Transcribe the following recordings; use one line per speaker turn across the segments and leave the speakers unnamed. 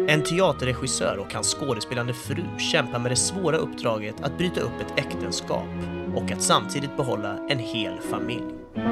En teaterregissör och hans skådespelande fru kämpar med det svåra uppdraget att bryta upp ett äktenskap och att samtidigt behålla en hel familj.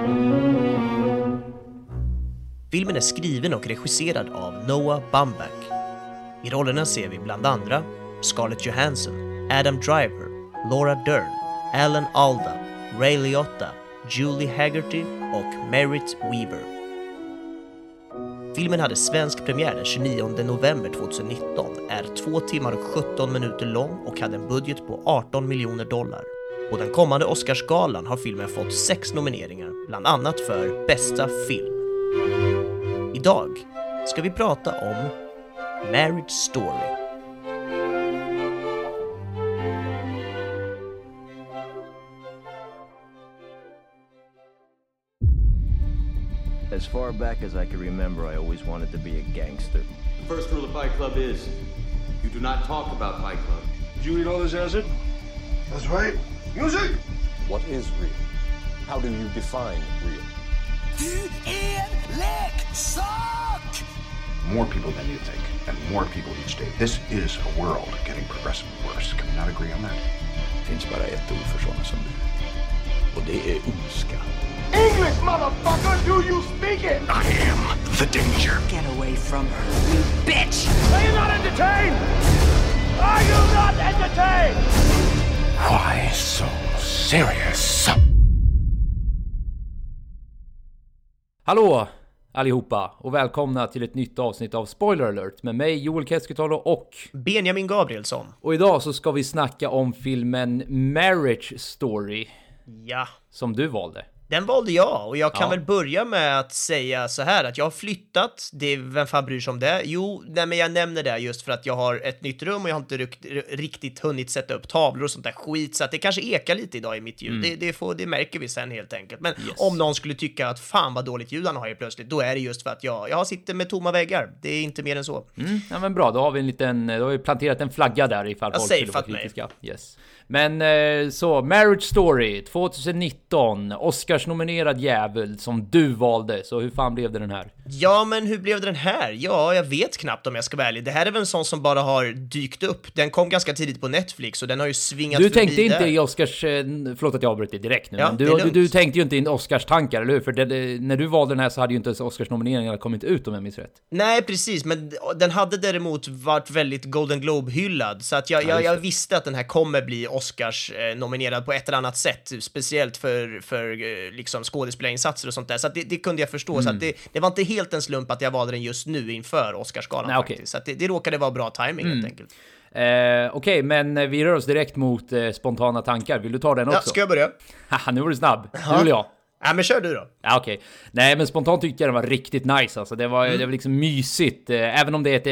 Filmen är skriven och regisserad av Noah Baumbach. I rollerna ser vi bland andra Scarlett Johansson, Adam Driver, Laura Dern, Alan Alda, Ray Liotta, Julie Haggerty och Merritt Weaver. Filmen hade svensk premiär den 29 november 2019, är 2 timmar och 17 minuter lång och hade en budget på $18 miljoner. På den kommande Oscarsgalan har filmen fått 6 nomineringar, bland annat för bästa film. Idag ska vi prata om Marriage Story.
As far back as I can remember, I always wanted to be a gangster.
The first rule of Fight Club is, you do not talk about Fight Club.
Did you eat all this acid? That's right. Music!
What is real? How do you define real?
Du är leksak!
More people than you think, and more people each day. This is a world getting progressively worse. Can we not agree on that?
Det finns bara ett ord för sådana som du. Och det är ondska.
English, motherfucker! Do you speak it? I am the danger.
Get away from her, you bitch!
Are you not entertained? Are you not entertained? Why so serious?
Hallå allihopa och välkomna till ett nytt avsnitt av Spoiler Alert med mig Joel Keskitalo och
Benjamin Gabrielsson.
Och idag så ska vi snacka om filmen Marriage Story.
Ja.
Som du valde.
Den valde jag och jag kan väl börja med att säga så här att jag har flyttat, vem fan bryr sig om det? Jo, nej, men jag nämner det just för att jag har ett nytt rum och jag har inte riktigt hunnit sätta upp tavlor och sånt där skit, så att det kanske ekar lite idag i mitt ljud. Det märker vi sen helt enkelt. Men om någon skulle tycka att fan vad dåligt ljud han har helt plötsligt, då är det just för att jag sitter med tomma väggar. Det är inte mer än så.
Ja men bra, då har vi planterat en flagga där ifall folk skulle vara kritiska. Yes. Men så, Marriage Story 2019, Oscars-nominerad jävel som du valde. Så hur fan blev det den här?
Ja, men hur blev det den här? Ja, jag vet knappt om jag ska vara ärlig. Det här är väl en sån som bara har dykt upp. Den kom ganska tidigt på Netflix och den har ju svingat förbi.
Du tänkte inte i Oscars... Förlåt att jag avbröt dig direkt nu.
Ja,
men du tänkte ju inte in Oscars-tankar, eller hur? För när du valde den här så hade ju inte Oscars-nomineringarna kommit ut om jag minns rätt.
Nej, precis. Men den hade däremot varit väldigt Golden Globe-hyllad. Så att jag visste att den här kommer bli Oscars nominerad på ett eller annat sätt, speciellt för liksom skådespelarinsatser och sånt där, så att det kunde jag förstå. Så att det var inte helt en slump att jag valde den just nu inför Oscarsgalan. Nej, faktiskt. Så att det råkade vara bra timing helt enkelt.
Okej, men vi rör oss direkt mot spontana tankar. Vill du ta den också?
Ja, ska jag börja?
Haha, nu var du snabb. Nu vill jag.
Ja, men kör du då.
Ja, okej. Nej, men spontant tyckte jag den var riktigt nice. Alltså. Det var liksom mysigt. Även om det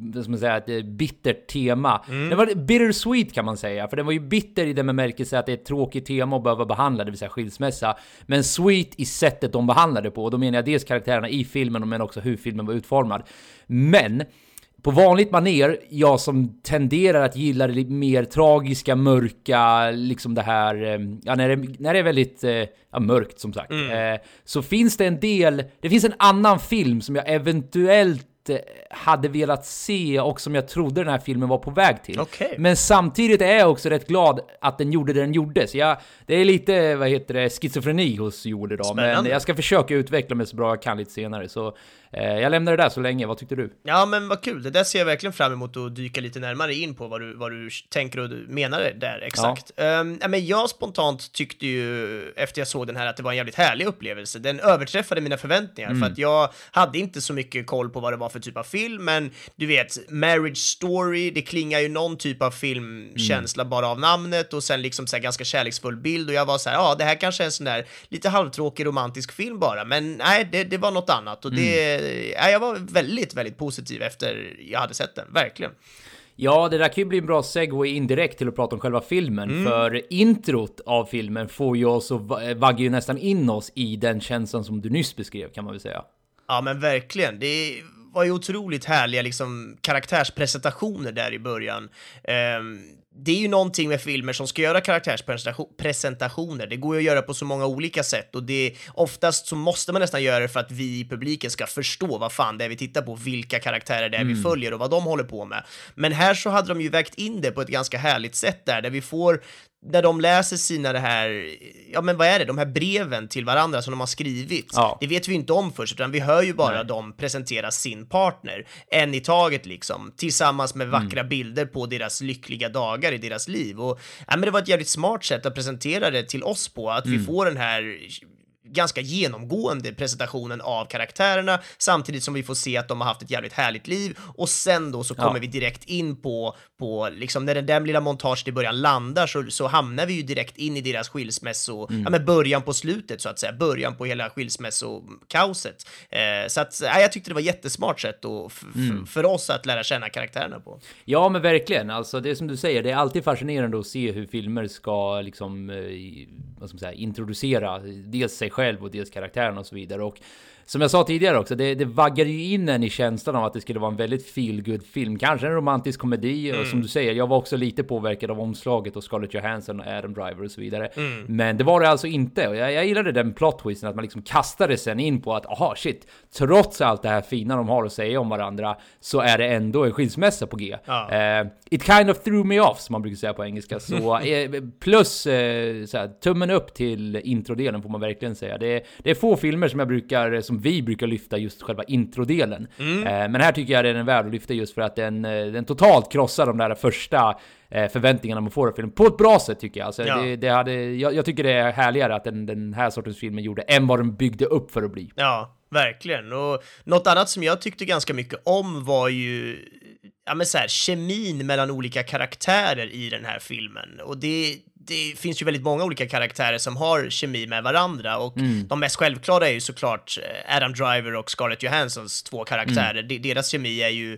är ett bittert tema. Det var bittersweet kan man säga. För det var ju bitter i den bemärkelse att det är ett tråkigt tema att behöva behandla, det vill säga skilsmässa. Men sweet i sättet de behandlade på. Och då menar jag dels karaktärerna i filmen, men också hur filmen var utformad. Men... på vanligt maner, jag som tenderar att gilla det mer tragiska, mörka, liksom det här, när det är väldigt mörkt som sagt, så finns det det finns en annan film som jag eventuellt hade velat se och som jag trodde den här filmen var på väg till.
Okay.
Men samtidigt är jag också rätt glad att den gjorde det den gjorde. Så det är lite, schizofreni hos Joel idag.
Spännande.
Men jag ska försöka utveckla mig så bra jag kan lite senare. Så jag lämnar det där så länge. Vad tyckte du?
Ja, men vad kul. Det där ser jag verkligen fram emot att dyka lite närmare in på vad du tänker och menar där exakt. Ja. Men jag spontant tyckte ju efter jag såg den här att det var en jävligt härlig upplevelse. Den överträffade mina förväntningar för att jag hade inte så mycket koll på vad det var för typ av film, men du vet, Marriage Story, det klingar ju någon typ av filmkänsla bara av namnet och sen liksom så här ganska kärleksfull bild och jag var så här, det här kanske är en sån där lite halvtråkig romantisk film bara, men nej, det var något annat och jag var väldigt, väldigt positiv efter jag hade sett den, verkligen.
Ja, det där kan ju bli en bra segway indirekt till att prata om själva filmen. För introt av filmen får ju oss och vaggar ju nästan in oss i den känslan som du nyss beskrev, kan man väl säga.
Ja, men verkligen. Det var ju otroligt härliga liksom karaktärspresentationer där i början. det är ju någonting med filmer som ska göra karaktärspresentationer. Det går ju att göra på så många olika sätt och oftast så måste man nästan göra det för att vi i publiken ska förstå vad fan det är vi tittar på, vilka karaktärer det är vi följer och vad de håller på med. Men här så hade de ju vägt in det på ett ganska härligt sätt där vi får, när de läser sina det här, ja men vad är det, de här breven till varandra som de har skrivit. Ja. Det vet vi inte om först, utan vi hör ju bara dem presentera sin partner, en i taget liksom, tillsammans med vackra bilder på deras lyckliga dagar i deras liv. Och ja, men det var ett jävligt smart sätt att presentera det till oss på, att vi får den här ganska genomgående presentationen av karaktärerna, samtidigt som vi får se att de har haft ett jävligt härligt liv, och sen då så kommer vi direkt in på liksom när den där lilla montaget i början landar så hamnar vi ju direkt in i deras skilsmässo, ja men början på slutet så att säga, början på hela skilsmässokaoset. Så att jag tyckte det var jättesmart sätt då för oss att lära känna karaktärerna på. Ja men verkligen, alltså det som du säger, det är alltid fascinerande att se hur filmer ska liksom vad ska man säga, introducera dels sig själv och dels karaktären och så vidare. Och som jag sa tidigare också, det vaggar ju in en i känslan av att det skulle vara en väldigt feel-good film. Kanske en romantisk komedi, och som du säger, jag var också lite påverkad av omslaget och Scarlett Johansson och Adam Driver och så vidare. Men det var det alltså inte. Och jag gillade den plot-twisten att man liksom kastade sen in på att, aha shit, trots allt det här fina de har att säga om varandra så är det ändå en skilsmässa på G. It kind of threw me off, som man brukar säga på engelska. Så plus så här, tummen upp till introdelen får man verkligen säga. Det är få filmer som vi brukar lyfta just själva introdelen. Men här tycker jag den är värd att lyfta just för att den totalt krossar de där första förväntningarna man får av filmen på ett bra sätt tycker jag. Alltså, jag tycker det är härligare att den här sortens filmen gjorde än vad den byggde upp för att bli. Ja, verkligen. Och något annat som jag tyckte ganska mycket om var ju så här, kemin mellan olika karaktärer i den här filmen. Och det finns ju väldigt många olika karaktärer som har kemi med varandra, och de mest självklara är ju såklart Adam Driver och Scarlett Johanssons två karaktärer. Deras kemi är ju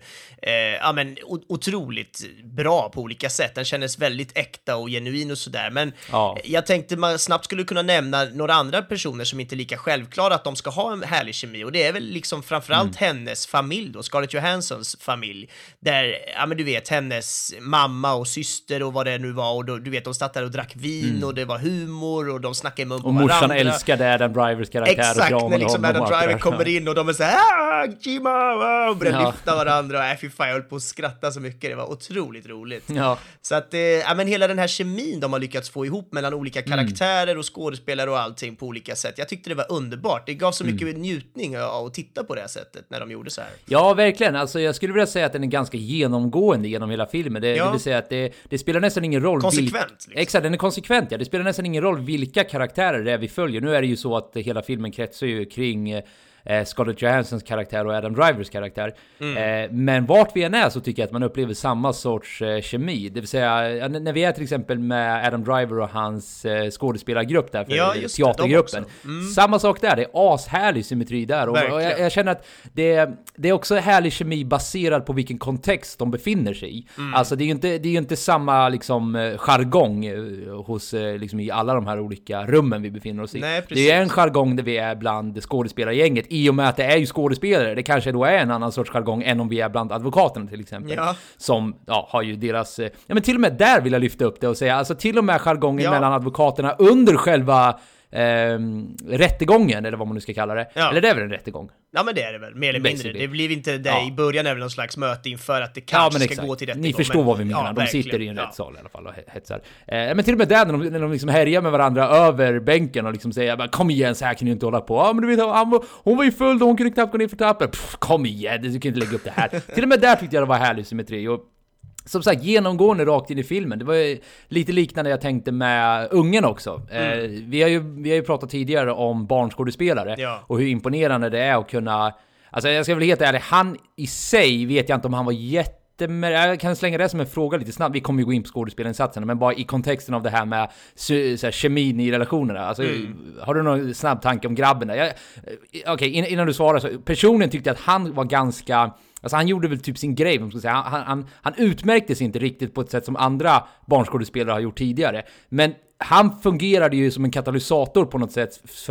otroligt bra på olika sätt. Den kändes väldigt äkta och genuin och sådär. Men jag tänkte man snabbt skulle kunna nämna några andra personer som inte är lika självklara att de ska ha en härlig kemi, och det är väl liksom framförallt hennes familj då, Scarlett Johanssons familj, där, du vet, hennes mamma och syster och vad det nu var, och då, du vet, de satt där och drack vin och det var humor och de snackade i mun på varandra. Och morsan älskade Adam Drivers karaktär. Exakt, och när liksom Adam Driver kommer in och de är såhär Jima, och börjar lyfta varandra, och fy fan, jag höll på att skratta så mycket, det var otroligt roligt. Så att hela den här kemin de har lyckats få ihop mellan olika karaktärer och skådespelare och allting på olika sätt, jag tyckte det var underbart. Det gav så mycket njutning av att titta på det här sättet när de gjorde så här. Ja, verkligen. Alltså jag skulle vilja säga att den är ganska genomgående genom hela filmen. Det vill säga att det spelar nästan ingen roll. Konsekvent. Liksom. Exakt, den är konsekvent, ja. Det spelar nästan ingen roll vilka karaktärer det är vi följer. Nu är det ju så att hela filmen kretsar ju kring Scarlett Johanssons karaktär och Adam Drivers karaktär. Men vart vi än är så tycker jag att man upplever samma sorts kemi. Det vill säga, när vi är till exempel med Adam Driver och hans skådespelargrupp där för teatergruppen. Samma sak där, det är ashärlig symmetri där. Och jag känner att det är också härlig kemi baserad på vilken kontext de befinner sig i. Alltså det är ju inte samma liksom jargong hos liksom i alla de här olika rummen vi befinner oss i. Nej, det är en jargong där vi är bland skådespelargänget, i och med att det är ju skådespelare. Det kanske då är en annan sorts jargong än om vi är bland advokaterna till exempel. Som har ju deras... men till och med där vill jag lyfta upp det och säga, alltså till och med jargongen mellan advokaterna under själva rättegången, eller vad man nu ska kalla det. Eller det är väl en rättegång? Ja, men det är det väl, mer eller mindre. Det blir inte det i början, är väl någon slags möte inför att det kanske ska gå till rättegång. Ni förstår vad vi menar. De sitter i en rättssal i alla fall och hetsar. Men till och med där när de liksom härjar med varandra över bänken och liksom säger, kom igen, så här kan du inte hålla på. Men du vet, hon var ju full och hon kunde knappt gå ner för trappen. Kom igen, du kan inte lägga upp det här. Till och med där tyckte jag det var härlig symmetri. Och som sagt, genomgående rakt in i filmen. Det var ju lite liknande jag tänkte med ungen också. Vi har ju pratat tidigare om barnskådespelare och hur imponerande det är att kunna... Alltså jag ska väl helt ärlig, han i sig vet jag inte om han var jag kan slänga det som en fråga lite snabbt. Vi kommer ju gå in på skådespelarinsatserna, men bara i kontexten av det här med så här, kemin i relationerna. Alltså, har du någon snabb tanke om grabben där? Okej, innan du svarar så... Personligen tyckte jag att han var ganska... Alltså han gjorde väl typ sin grej, man ska säga. Han utmärktes inte riktigt på ett sätt som andra barnskådespelare har gjort tidigare. Men han fungerade ju som en katalysator på något sätt för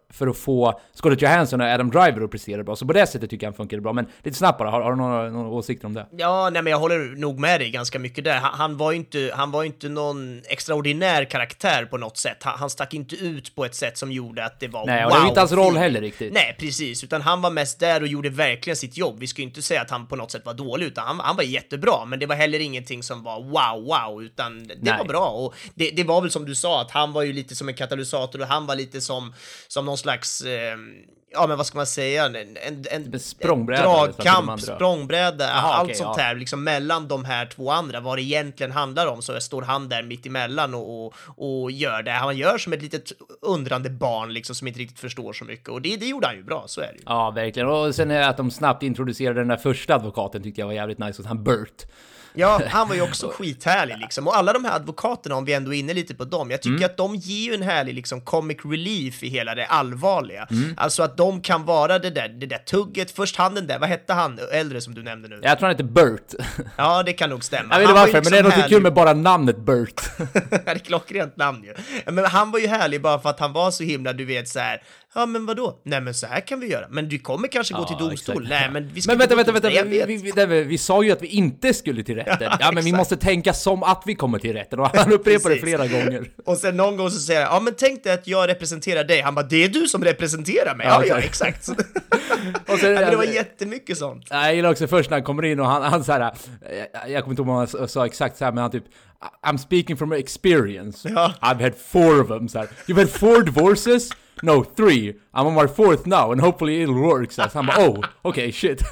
för att få Scarlett Johansson och Adam Driver att prestera bra. Så på det sättet tycker jag han funkar bra. Men lite snabbare, har du några åsikter om det?
Ja, nej, men jag håller nog med dig ganska mycket där. Han var ju inte någon extraordinär karaktär på något sätt. Han stack inte ut på ett sätt som gjorde att det var
nej, och det var inte hans roll heller riktigt.
Nej, precis. Utan han var mest där och gjorde verkligen sitt jobb. Vi ska ju inte säga att han på något sätt var dålig, utan han var jättebra. Men det var heller ingenting som var wow, utan det var bra. Och det var väl som du sa, att han var ju lite som en katalysator och han var lite som någon slags... ja, men vad ska man säga? En dragkamp, språngbräda, allt sånt här liksom mellan de här två andra. Vad det egentligen handlar om, så står han där mitt emellan och gör det. Han gör som ett litet undrande barn liksom, som inte riktigt förstår så mycket. Och det gjorde han ju bra, så är det ju.
Ja, verkligen. Och sen att de snabbt introducerade den där första advokaten tyckte jag var jävligt nice, att han Burt.
Ja, han var ju också skithärlig liksom. Och alla de här advokaterna, om vi ändå är inne lite på dem, jag tycker att de ger ju en härlig liksom comic relief i hela det allvarliga. Alltså att de kan vara det där tugget. Först han den där, vad hette han äldre som du nämnde nu?
Jag tror han heter Burt.
Ja, det kan nog stämma.
Jag vet inte varför, liksom, men det är något kul med bara namnet Burt.
Det är klockrent namn ju. Men han var ju härlig bara för att han var så himla, du vet, så här. Ja, men vadå? Nej, men så här kan vi göra. Men du kommer kanske gå till domstol. Exakt. Nej, men vi ska
vänta. Vi sa ju att vi inte skulle till rätten. Ja, men vi måste tänka som att vi kommer till rätten. Och han upprepar det flera gånger.
Och sen någon gång så säger jag, ja, men tänk dig att jag representerar dig. Han bara, det är du som representerar mig. Ja, exakt. Och sen, men det var jättemycket sånt.
Jag gillar också först när han kommer in och han så här, jag kommer inte ihåg om han sa exakt så här, men han typ, I'm speaking from experience. Ja. I've had 4 of them. Så här. You've had 4 divorces? No, 3. I'm on my 4th now and hopefully it'll work. Så han bara, okay, shit.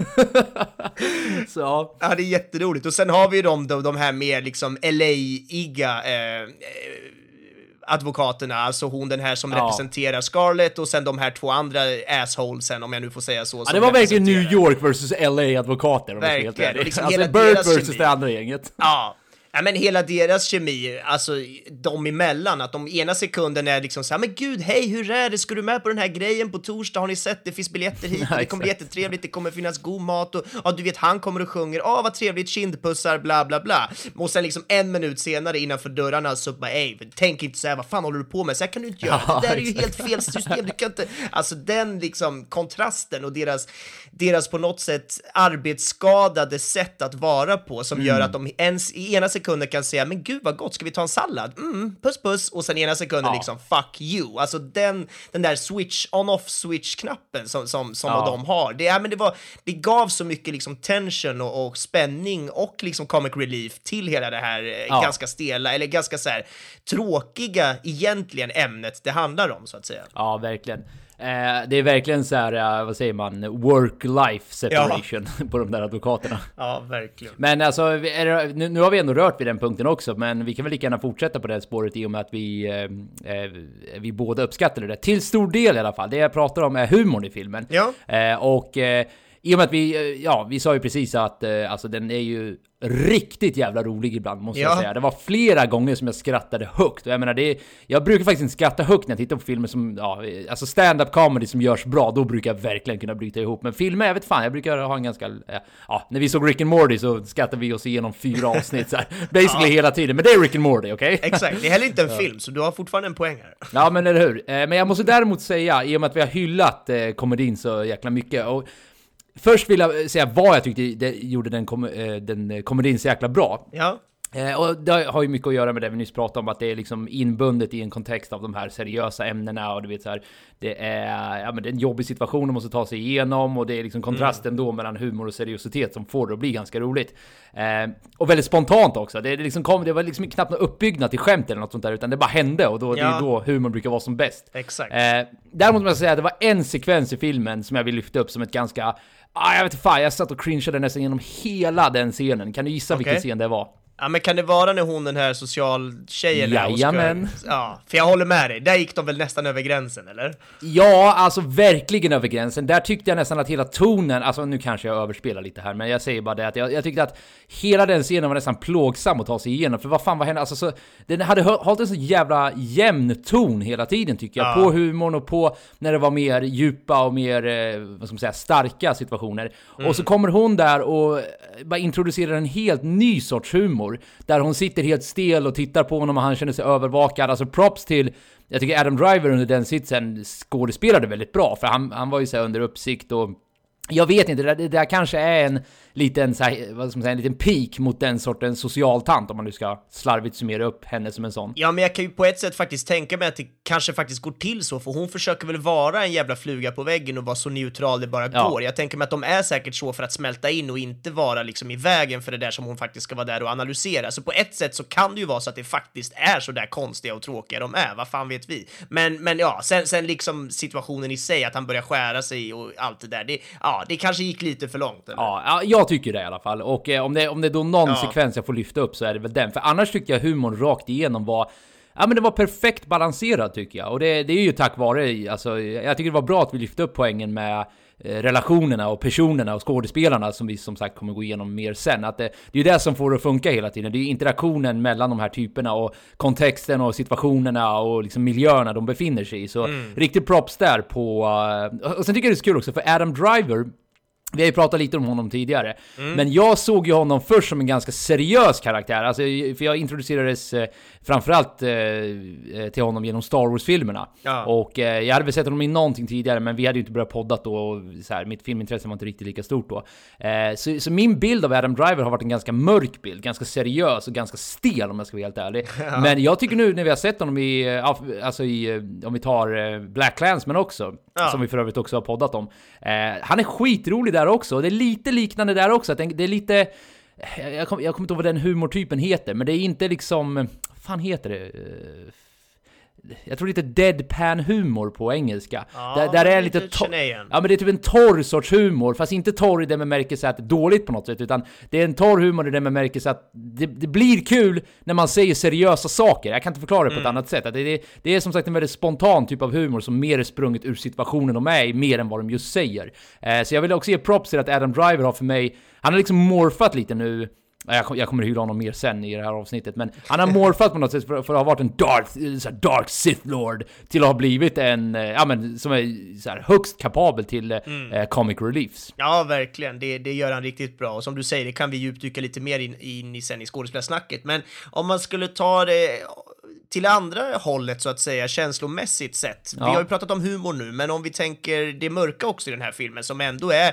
Så.
Ja, det är jätteroligt. Och sen har vi de här mer liksom LA-iga advokaterna, alltså hon den här som representerar Scarlett och sen de här 2 andra assholesen, om jag nu får säga så.
Ja, det var verkligen New York versus LA-advokater.
Verkligen.
Liksom alltså Bird versus det andra gänget.
Ja. Ja, men hela deras kemi, alltså de emellan, att de ena sekunden är liksom så här, men gud, hej, hur är det? Ska du med på den här grejen på torsdag? Har ni sett? Det finns biljetter hit, det kommer bli jättetrevligt, det kommer finnas god mat och ja, du vet, han kommer och sjunger, vad trevligt, kindpussar, bla bla bla. Och sen liksom 1 minut senare innanför dörrarna så bara, tänk inte så här, vad fan håller du på med? Så här kan du inte göra, det där är ju helt fel system, du kan inte, alltså den liksom kontrasten och deras på något sätt arbetsskadade sätt att vara på som gör att de ens i ena sekunden kan säga, men gud vad gott, ska vi ta en sallad? Puss, och sen ena sekunden liksom, fuck you. Alltså den där on-off-switch-knappen som de har. Det gav så mycket liksom tension och spänning och liksom comic relief till hela det här ganska stela, eller ganska så här tråkiga egentligen ämnet det handlar om, så att säga.
Ja, verkligen. Det är verkligen så här, vad säger man, work-life separation på de där advokaterna.
Ja, verkligen.
Men alltså, nu har vi ändå rört vid den punkten också, men vi kan väl lika gärna fortsätta på det spåret i och med att vi båda uppskattade det. Till stor del i alla fall. Det jag pratar om är humorn i filmen. Ja. I och med att vi sa ju precis att alltså den är ju riktigt jävla rolig ibland, måste jag säga. Det var flera gånger som jag skrattade högt. Och jag menar, jag brukar faktiskt inte skratta högt när jag tittar på filmer som, alltså stand-up comedy som görs bra, då brukar jag verkligen kunna bryta ihop. Men filmer, jag vet fan, jag brukar ha en ganska, när vi såg Rick and Morty så skrattade vi oss igenom 4 avsnitt så här, basically hela tiden. Men det är Rick and Morty, okej?
Exakt, det är heller inte en film, så du har fortfarande en poäng här.
Ja, men eller hur? Men jag måste däremot säga, i och med att vi har hyllat komedin så jäkla mycket, och först vill jag säga vad jag tyckte det gjorde den komedin så jäkla bra. Ja. Och det har ju mycket att göra med det vi nyss pratade om, att det är liksom inbundet i en kontext av de här seriösa ämnena, och du vet så här, det är men det är en jobbig situation man måste ta sig igenom, och det är liksom kontrasten då mellan humor och seriositet som får det att bli ganska roligt. Och väldigt spontant också. Det var liksom knappt någon uppbyggnad till skämt eller något sånt där, utan det bara hände, och då, det är då humor brukar vara som bäst.
Exakt.
Däremot måste jag säga att det var en sekvens i filmen som jag vill lyfta upp som ett ganska, jag vet inte fan, jag satt och cringeade nästan genom hela den scenen. Kan du gissa vilken scen det var?
Ja, men kan det vara när hon, den här socialtjejen...
Jajamän.
Ja, för jag håller med dig. Där gick de väl nästan över gränsen, eller?
Ja, alltså verkligen över gränsen. Där tyckte jag nästan att hela tonen... Alltså nu kanske jag överspelar lite här, men jag säger bara det att jag tyckte att hela den scenen var nästan plågsam att ta sig igenom. För vad fan var henne... Alltså, så, den hade hållit en så jävla jämn ton hela tiden, tycker jag. På humorn och på när det var mer djupa och mer, vad ska man säga, starka situationer. Och så kommer hon där och bara introducerar en helt ny sorts humor. humor. Där hon sitter helt stel och tittar på honom och han känner sig övervakad. Alltså props till, jag tycker Adam Driver under den sitsen skådespelade väldigt bra. För han var ju så här under uppsikt och jag vet inte, det där kanske är en liten, så här, vad ska man säga, en liten peak mot den sortens socialtant, om man nu ska slarvigt summera upp henne som en sån.
Ja, men jag kan ju på ett sätt faktiskt tänka mig att det kanske faktiskt går till så, för hon försöker väl vara en jävla fluga på väggen och vara så neutral det bara går. Jag tänker mig att de är säkert så för att smälta in och inte vara liksom i vägen för det där som hon faktiskt ska vara där och analysera. Så på ett sätt så kan det ju vara så att det faktiskt är så där konstiga och tråkiga de är, vad fan vet vi. Men ja, sen liksom situationen i sig, att han börjar skära sig och allt det där, det kanske gick lite för långt. Eller?
Ja, jag tycker det i alla fall. Och om det då någon sekvens jag får lyfta upp så är det väl den. För annars tycker jag humorn rakt igenom var... Ja, men det var perfekt balanserat tycker jag. Och det är ju tack vare... Alltså, jag tycker det var bra att vi lyfte upp poängen med relationerna och personerna och skådespelarna som vi som sagt kommer gå igenom mer sen. Att det är ju det som får det att funka hela tiden. Det är ju interaktionen mellan de här typerna och kontexten och situationerna och liksom miljöerna de befinner sig i. Så riktigt props där på... Och sen tycker jag det är så kul också för Adam Driver... Vi har ju pratat lite om honom tidigare. Men jag såg ju honom först som en ganska seriös karaktär. Alltså, för jag introducerades framförallt till honom genom Star Wars-filmerna. Och jag hade väl sett honom i någonting tidigare, men vi hade ju inte börjat poddat då. Och så här, mitt filmintresse var inte riktigt lika stort då. Så min bild av Adam Driver har varit en ganska mörk bild. Ganska seriös och ganska stel om jag ska vara helt ärlig. Men jag tycker nu när vi har sett honom om vi tar Black Klansman också. Som vi för övrigt också har poddat om. Han är skitrolig där också. Det är lite liknande där också. Det är lite... Jag kommer inte ihåg vad den humortypen heter. Men det är inte liksom... Vad fan heter det? Jag tror lite deadpan humor på engelska. Där är lite men det är typ en torr sorts humor, fast inte torr i det bemärkelse att det är dåligt på något sätt, utan det är en torr humor i det bemärkelse att det blir kul när man säger seriösa saker. Jag kan inte förklara det på ett annat sätt. Att det är som sagt en väldigt spontan typ av humor som mer är sprunget ur situationen de är i, mer än vad de just säger. Så jag vill också ge props till att Adam Driver har för mig, han har liksom morfat lite nu. Jag kommer hylla honom mer sen i det här avsnittet, men han har morfat på något sätt för att ha varit en dark Sith Lord till att ha blivit en som är så här högst kapabel till comic reliefs.
Ja, verkligen. Det gör han riktigt bra. Och som du säger, det kan vi djupdyka lite mer in i sen i skådespelarsnacket. Men om man skulle ta det till andra hållet så att säga, känslomässigt sett. Vi har ju pratat om humor nu, men om vi tänker det mörka också i den här filmen, som ändå är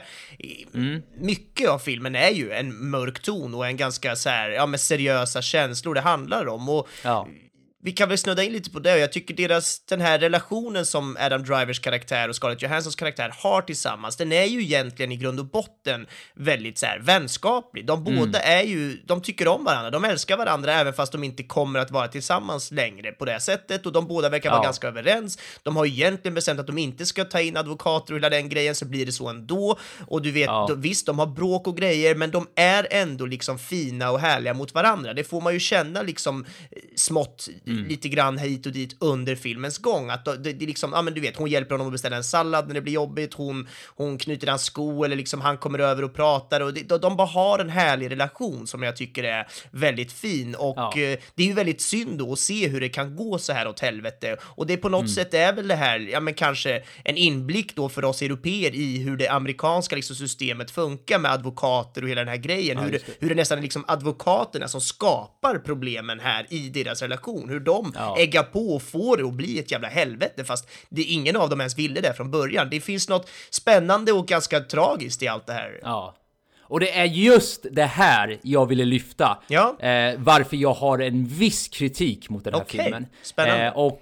mycket av filmen är ju en mörk ton och en ganska så här, med seriösa känslor det handlar om. Och vi kan väl snudda in lite på det, och jag tycker den här relationen som Adam Drivers karaktär och Scarlett Johanssons karaktär har tillsammans, den är ju egentligen i grund och botten väldigt så här vänskaplig. De båda de tycker om varandra, de älskar varandra även fast de inte kommer att vara tillsammans längre på det sättet, och de båda verkar vara ganska överens. De har egentligen bestämt att de inte ska ta in advokater och hela den grejen, så blir det så ändå. Och du vet, visst, de har bråk och grejer, men de är ändå liksom fina och härliga mot varandra. Det får man ju känna liksom smått lite grann hit och dit under filmens gång, att det liksom, men du vet, hon hjälper honom att beställa en sallad när det blir jobbigt, hon knyter hans sko, eller liksom han kommer över och pratar, och de bara har en härlig relation som jag tycker är väldigt fin, och det är ju väldigt synd då att se hur det kan gå så här åt helvete, och det på något sätt är väl det här, men kanske en inblick då för oss europeer i hur det amerikanska liksom systemet funkar med advokater och hela den här grejen, hur det nästan är liksom advokaterna som skapar problemen här i deras relation, hur de äggar på och får det att bli ett jävla helvete, fast ingen av dem ens ville det från början. Det finns något spännande och ganska tragiskt i allt det här. Ja.
Och det är just det här jag ville lyfta. Varför jag har en viss kritik mot den här filmen.
Spännande.
Och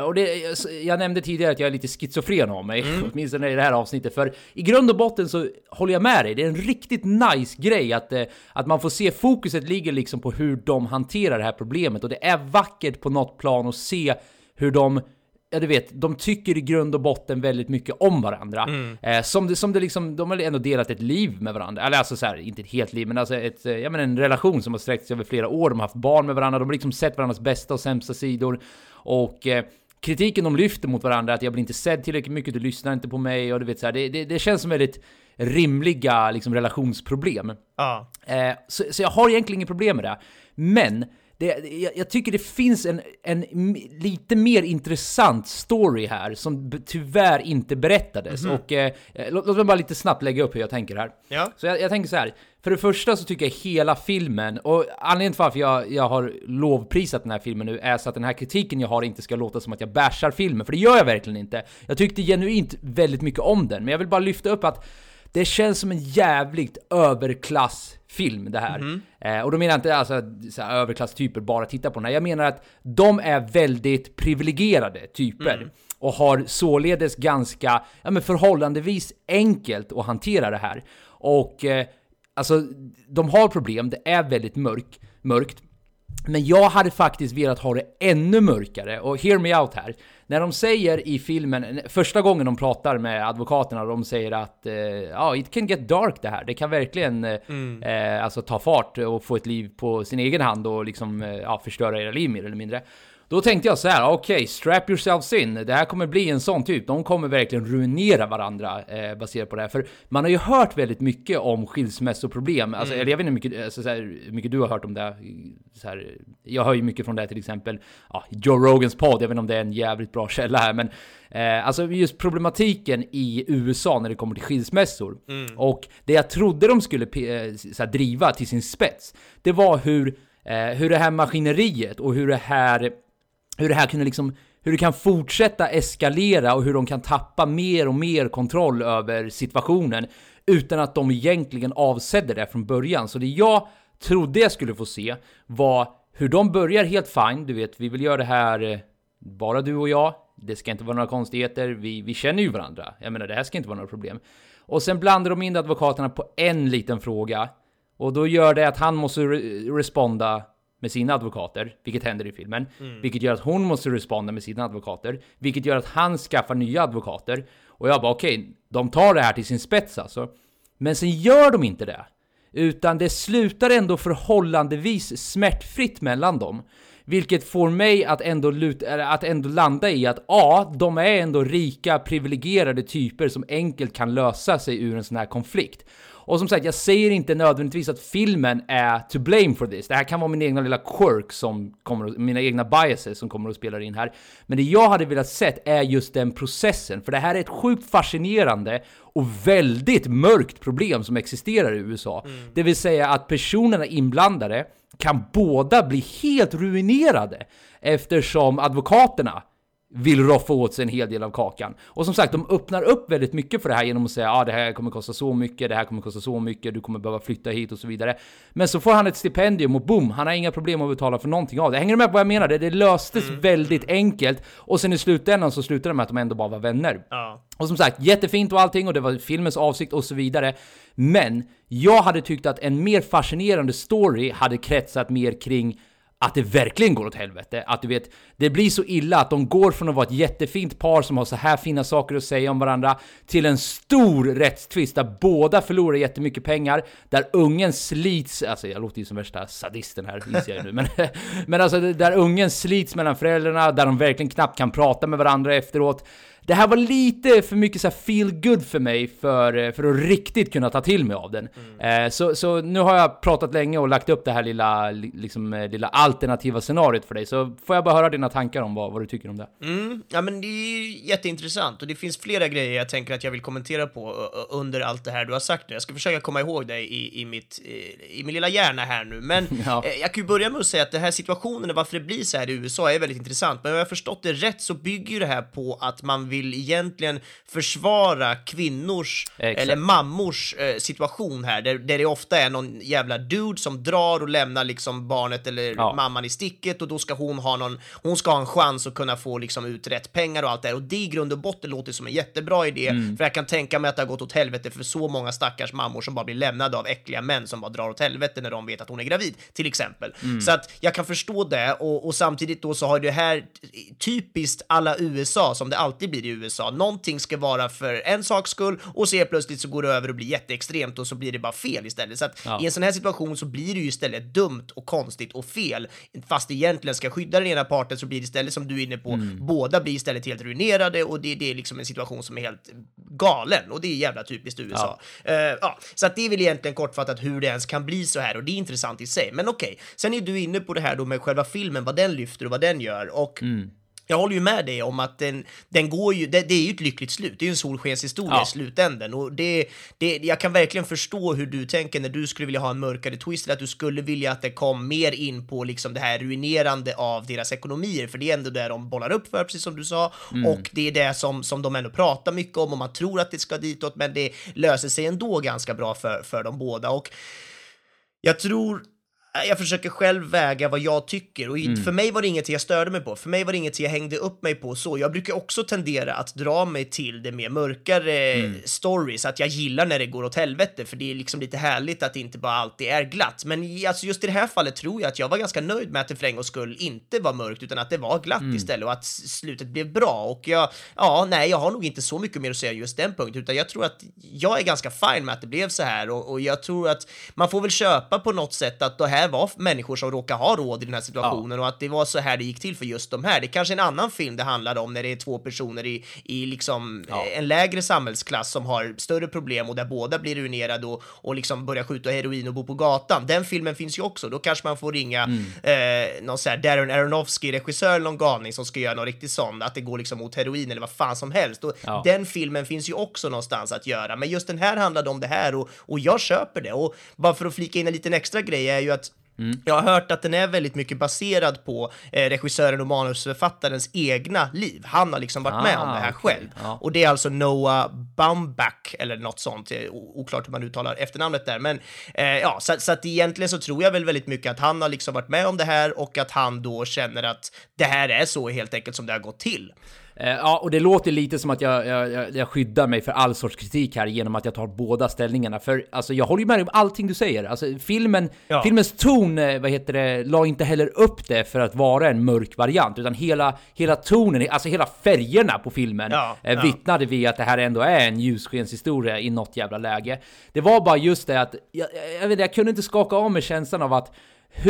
jag nämnde tidigare att jag är lite schizofren av mig, åtminstone i det här avsnittet. För i grund och botten så håller jag med dig. Det är en riktigt nice grej att man får se fokuset ligger liksom på hur de hanterar det här problemet. Och det är vackert på något plan att se hur de... Ja, du vet, de tycker i grund och botten väldigt mycket om varandra. Som det liksom, de har ändå delat ett liv med varandra. Eller alltså så här, inte ett helt liv, men alltså en relation som har sträckt sig över flera år. De har haft barn med varandra, de har liksom sett varandras bästa och sämsta sidor. Och kritiken de lyfter mot varandra, att jag blir inte sedd tillräckligt mycket, du lyssnar inte på mig, och du vet så här, det känns som väldigt rimliga liksom relationsproblem. Så jag har egentligen inget problem med det. Men jag tycker det finns en lite mer intressant story här som tyvärr inte berättades. Och låt mig bara lite snabbt lägga upp hur jag tänker här.
Ja.
Så jag tänker så här. För det första så tycker jag hela filmen, och anledningen till varför jag har lovprisat den här filmen nu är så att den här kritiken jag har inte ska låta som att jag bashar filmen, för det gör jag verkligen inte. Jag tyckte genuint väldigt mycket om den, men jag vill bara lyfta upp att det känns som en jävligt överklassfilm det här. Och då menar jag inte alltså så här överklasstyper bara titta på den här. Jag menar att de är väldigt privilegierade typer och har således ganska förhållandevis enkelt att hantera det här. Och alltså de har problem, det är väldigt mörkt. Men jag hade faktiskt velat ha det ännu mörkare. Och hear me out här. När de säger i filmen, första gången de pratar med advokaterna, de säger att it can get dark det här. Det kan verkligen alltså ta fart och få ett liv på sin egen hand och liksom förstöra era liv mer eller mindre. Då tänkte jag så här, okej, strap yourselves in. Det här kommer bli en sån typ. De kommer verkligen ruinera varandra baserat på det här. För man har ju hört väldigt mycket om skilsmässoproblem. Alltså, eller jag vet inte hur mycket du har hört om det. Så här, jag hör ju mycket från det till exempel. Joe Rogans podd, jag vet inte om det är en jävligt bra källa här. Men alltså just problematiken i USA när det kommer till skilsmässor. Och det jag trodde de skulle driva till sin spets, det var hur det här maskineriet och hur det här kunde liksom, hur det kan fortsätta eskalera och hur de kan tappa mer och mer kontroll över situationen utan att de egentligen avsedde det från början. Så det jag trodde jag skulle få se var hur de börjar helt fine. Du vet, vi vill göra det här bara du och jag. Det ska inte vara några konstigheter. Vi känner ju varandra. Jag menar, det här ska inte vara några problem. Och sen blandar de in advokaterna på en liten fråga. Och då gör det att han måste responda med sina advokater, vilket händer i filmen. Vilket gör att hon måste responda med sina advokater. Vilket gör att han skaffar nya advokater. Och jag bara, okej, de tar det här till sin spets alltså. Men sen gör de inte det. Utan det slutar ändå förhållandevis smärtfritt mellan dem. Vilket får mig att ändå landa i att de är ändå rika, privilegierade typer som enkelt kan lösa sig ur en sån här konflikt. Och som sagt, jag säger inte nödvändigtvis att filmen är to blame for this. Det här kan vara min egna lilla quirk mina egna biases som kommer att spela in här. Men det jag hade velat sett är just den processen. För det här är ett sjukt fascinerande och väldigt mörkt problem som existerar i USA. Det vill säga att personerna inblandade kan båda bli helt ruinerade eftersom advokaterna vill roffa åt sig en hel del av kakan. Och som sagt, de öppnar upp väldigt mycket för det här genom att säga det här kommer kosta så mycket, det här kommer kosta så mycket, du kommer behöva flytta hit och så vidare. Men så får han ett stipendium och boom, han har inga problem att betala för någonting av det. Hänger du med på vad jag menar? Det löstes väldigt enkelt och sen i slutändan så slutade det med att de ändå bara var vänner. Och som sagt, jättefint och allting och det var filmens avsikt och så vidare. Men jag hade tyckt att en mer fascinerande story hade kretsat mer kring att det verkligen går åt helvete. Att du vet, det blir så illa att de går från att vara ett jättefint par som har så här fina saker att säga om varandra till en stor rättstvist där båda förlorar jättemycket pengar, där ungen slits, alltså jag låter ju som värsta sadisten här, inser jag nu, men alltså där ungen slits mellan föräldrarna, där de verkligen knappt kan prata med varandra efteråt. Det här var lite för mycket så här feel good för mig för att riktigt kunna ta till mig av den. Så nu har jag pratat länge och lagt upp det här lilla alternativa scenariot för dig. Så får jag bara höra dina tankar om vad du tycker om det.
Ja, men det är ju jätteintressant och det finns flera grejer jag tänker att jag vill kommentera på under allt det här du har sagt nu. Jag ska försöka komma ihåg det i min lilla hjärna här nu. Men jag kan ju börja med att säga att den här situationen, varför det blir så här i USA är väldigt intressant. Men om jag har förstått det rätt så bygger ju det här på att man vill egentligen försvara kvinnors eller mammors situation här, där det ofta är någon jävla dude som drar och lämnar liksom barnet eller mamman i sticket och då ska hon ska ha en chans att kunna få liksom ut rätt pengar och allt det här. Och det i grund och botten låter som en jättebra idé, för jag kan tänka mig att det har gått åt helvete för så många stackars mammor som bara blir lämnade av äckliga män som bara drar åt helvete när de vet att hon är gravid, till exempel. Så att jag kan förstå det och samtidigt då så har det här typiskt alla USA som det alltid blir i USA. Någonting ska vara för en saks skull och så plötsligt så går det över och blir jätteextremt och så blir det bara fel istället. Så att i en sån här situation så blir det ju istället dumt och konstigt och fel. Fast det egentligen ska skydda den ena parten så blir det istället som du är inne på, båda blir istället helt ruinerade och det är liksom en situation som är helt galen, och det är jävla typiskt USA. Så att det är väl egentligen kortfattat hur det ens kan bli så här, och det är intressant i sig. Men okej, sen är du inne på det här då med själva filmen, vad den lyfter och vad den gör, och jag håller ju med dig om att den går ju, det är ju ett lyckligt slut, det är ju en solskenshistoria i slutänden, och jag kan verkligen förstå hur du tänker när du skulle vilja ha en mörkare twist, att du skulle vilja att det kom mer in på liksom det här ruinerande av deras ekonomier, för det är ändå där de bollar upp för, precis som du sa, och det är det som de ändå pratar mycket om, och man tror att det ska ditåt, men det löser sig ändå ganska bra för de båda, och jag försöker själv väga vad jag tycker, och för mig var det inget jag störde mig på, för mig var det inget jag hängde upp mig på så. Jag brukar också tendera att dra mig till det mer mörkare stories, att jag gillar när det går åt helvete, för det är liksom lite härligt att det inte bara alltid är glatt. Men alltså just i det här fallet tror jag att jag var ganska nöjd med att det för en gångs skull inte var mörkt, utan att det var glatt istället, och att slutet blev bra. Och jag har nog inte så mycket mer att säga just den punkten, utan jag tror att jag är ganska fine med att det blev så här, och jag tror att man får väl köpa på något sätt att det här var människor som råkar ha råd i den här situationen, och att det var så här det gick till för just de här. Det är kanske en annan film det handlar om, när det är två personer i liksom en lägre samhällsklass som har större problem, och där båda blir ruinerade och liksom börjar skjuta heroin och bo på gatan. Den filmen finns ju också. Då kanske man får ringa någon så här Darren Aronofsky-regissör, någon galning som ska göra något riktigt sånt, att det går liksom mot heroin eller vad fan som helst. Och den filmen finns ju också någonstans att göra. Men just den här handlade om det här, och jag köper det. Och bara för att flika in en liten extra grej är ju att jag har hört att den är väldigt mycket baserad på regissören och manusförfattarens egna liv. Han har liksom varit med om det här själv. Och det är alltså Noah Baumbach eller något sånt. Oklart hur man uttalar efternamnet där. Men så att egentligen så tror jag väl väldigt mycket att han har liksom varit med om det här, och att han då känner att det här är så helt enkelt som det har gått till.
Ja, och det låter lite som att jag skyddar mig för all sorts kritik här genom att jag tar båda ställningarna. För alltså, jag håller ju med om allting du säger. Alltså, filmens ton, la inte heller upp det för att vara en mörk variant, utan hela tonen, alltså hela färgerna på filmen vittnade vi att det här ändå är en ljusskenshistoria i något jävla läge. Det var bara just det att jag kunde inte skaka av mig känslan av att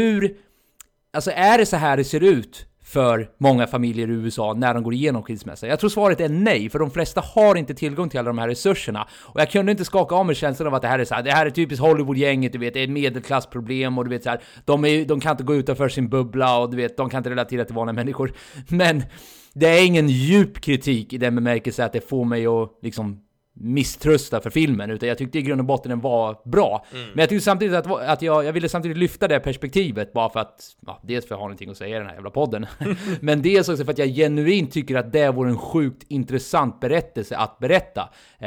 alltså är det så här det ser ut för många familjer i USA när de går igenom skilsmässa? Jag tror svaret är nej, för de flesta har inte tillgång till alla de här resurserna. Och jag kunde inte skaka av mig känslan av att det här är så här, det här är typiskt Hollywood-gänget, du vet, det är ett medelklassproblem, och du vet så här, de kan inte gå utanför sin bubbla, och du vet, de kan inte relatera till vanliga människor. Men det är ingen djup kritik i den bemärkelse att det får mig att liksom misströsta för filmen, utan jag tyckte i grund och botten den var bra. Men jag tyckte samtidigt att jag ville samtidigt lyfta det perspektivet, bara för att dels för att jag har någonting att säga i den här jävla podden, men dels också för att jag genuint tycker att det vore en sjukt intressant berättelse att berätta.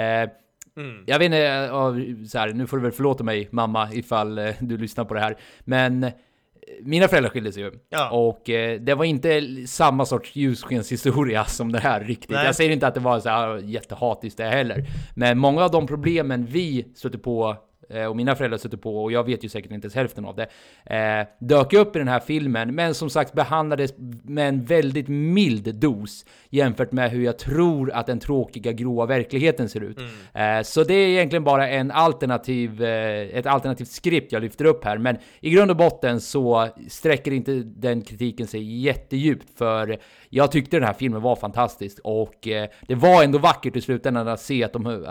Jag vet inte, så här, nu får du väl förlåta mig mamma ifall du lyssnar på det här, men mina föräldrar skilde sig ju. Och det var inte samma sorts ljusskenshistoria som det här riktigt. Nej. Jag säger inte att det var så här jättehatiskt det heller. Men många av de problemen vi stötte på, och mina föräldrar stötte på, och jag vet ju säkert inte ens hälften av det, dök upp i den här filmen, men som sagt behandlades med en väldigt mild dos jämfört med hur jag tror att den tråkiga gråa verkligheten ser ut. Så det är egentligen bara ett alternativt skript jag lyfter upp här, men i grund och botten så sträcker inte den kritiken sig jättedjupt, för jag tyckte den här filmen var fantastisk, och det var ändå vackert i slutändan att se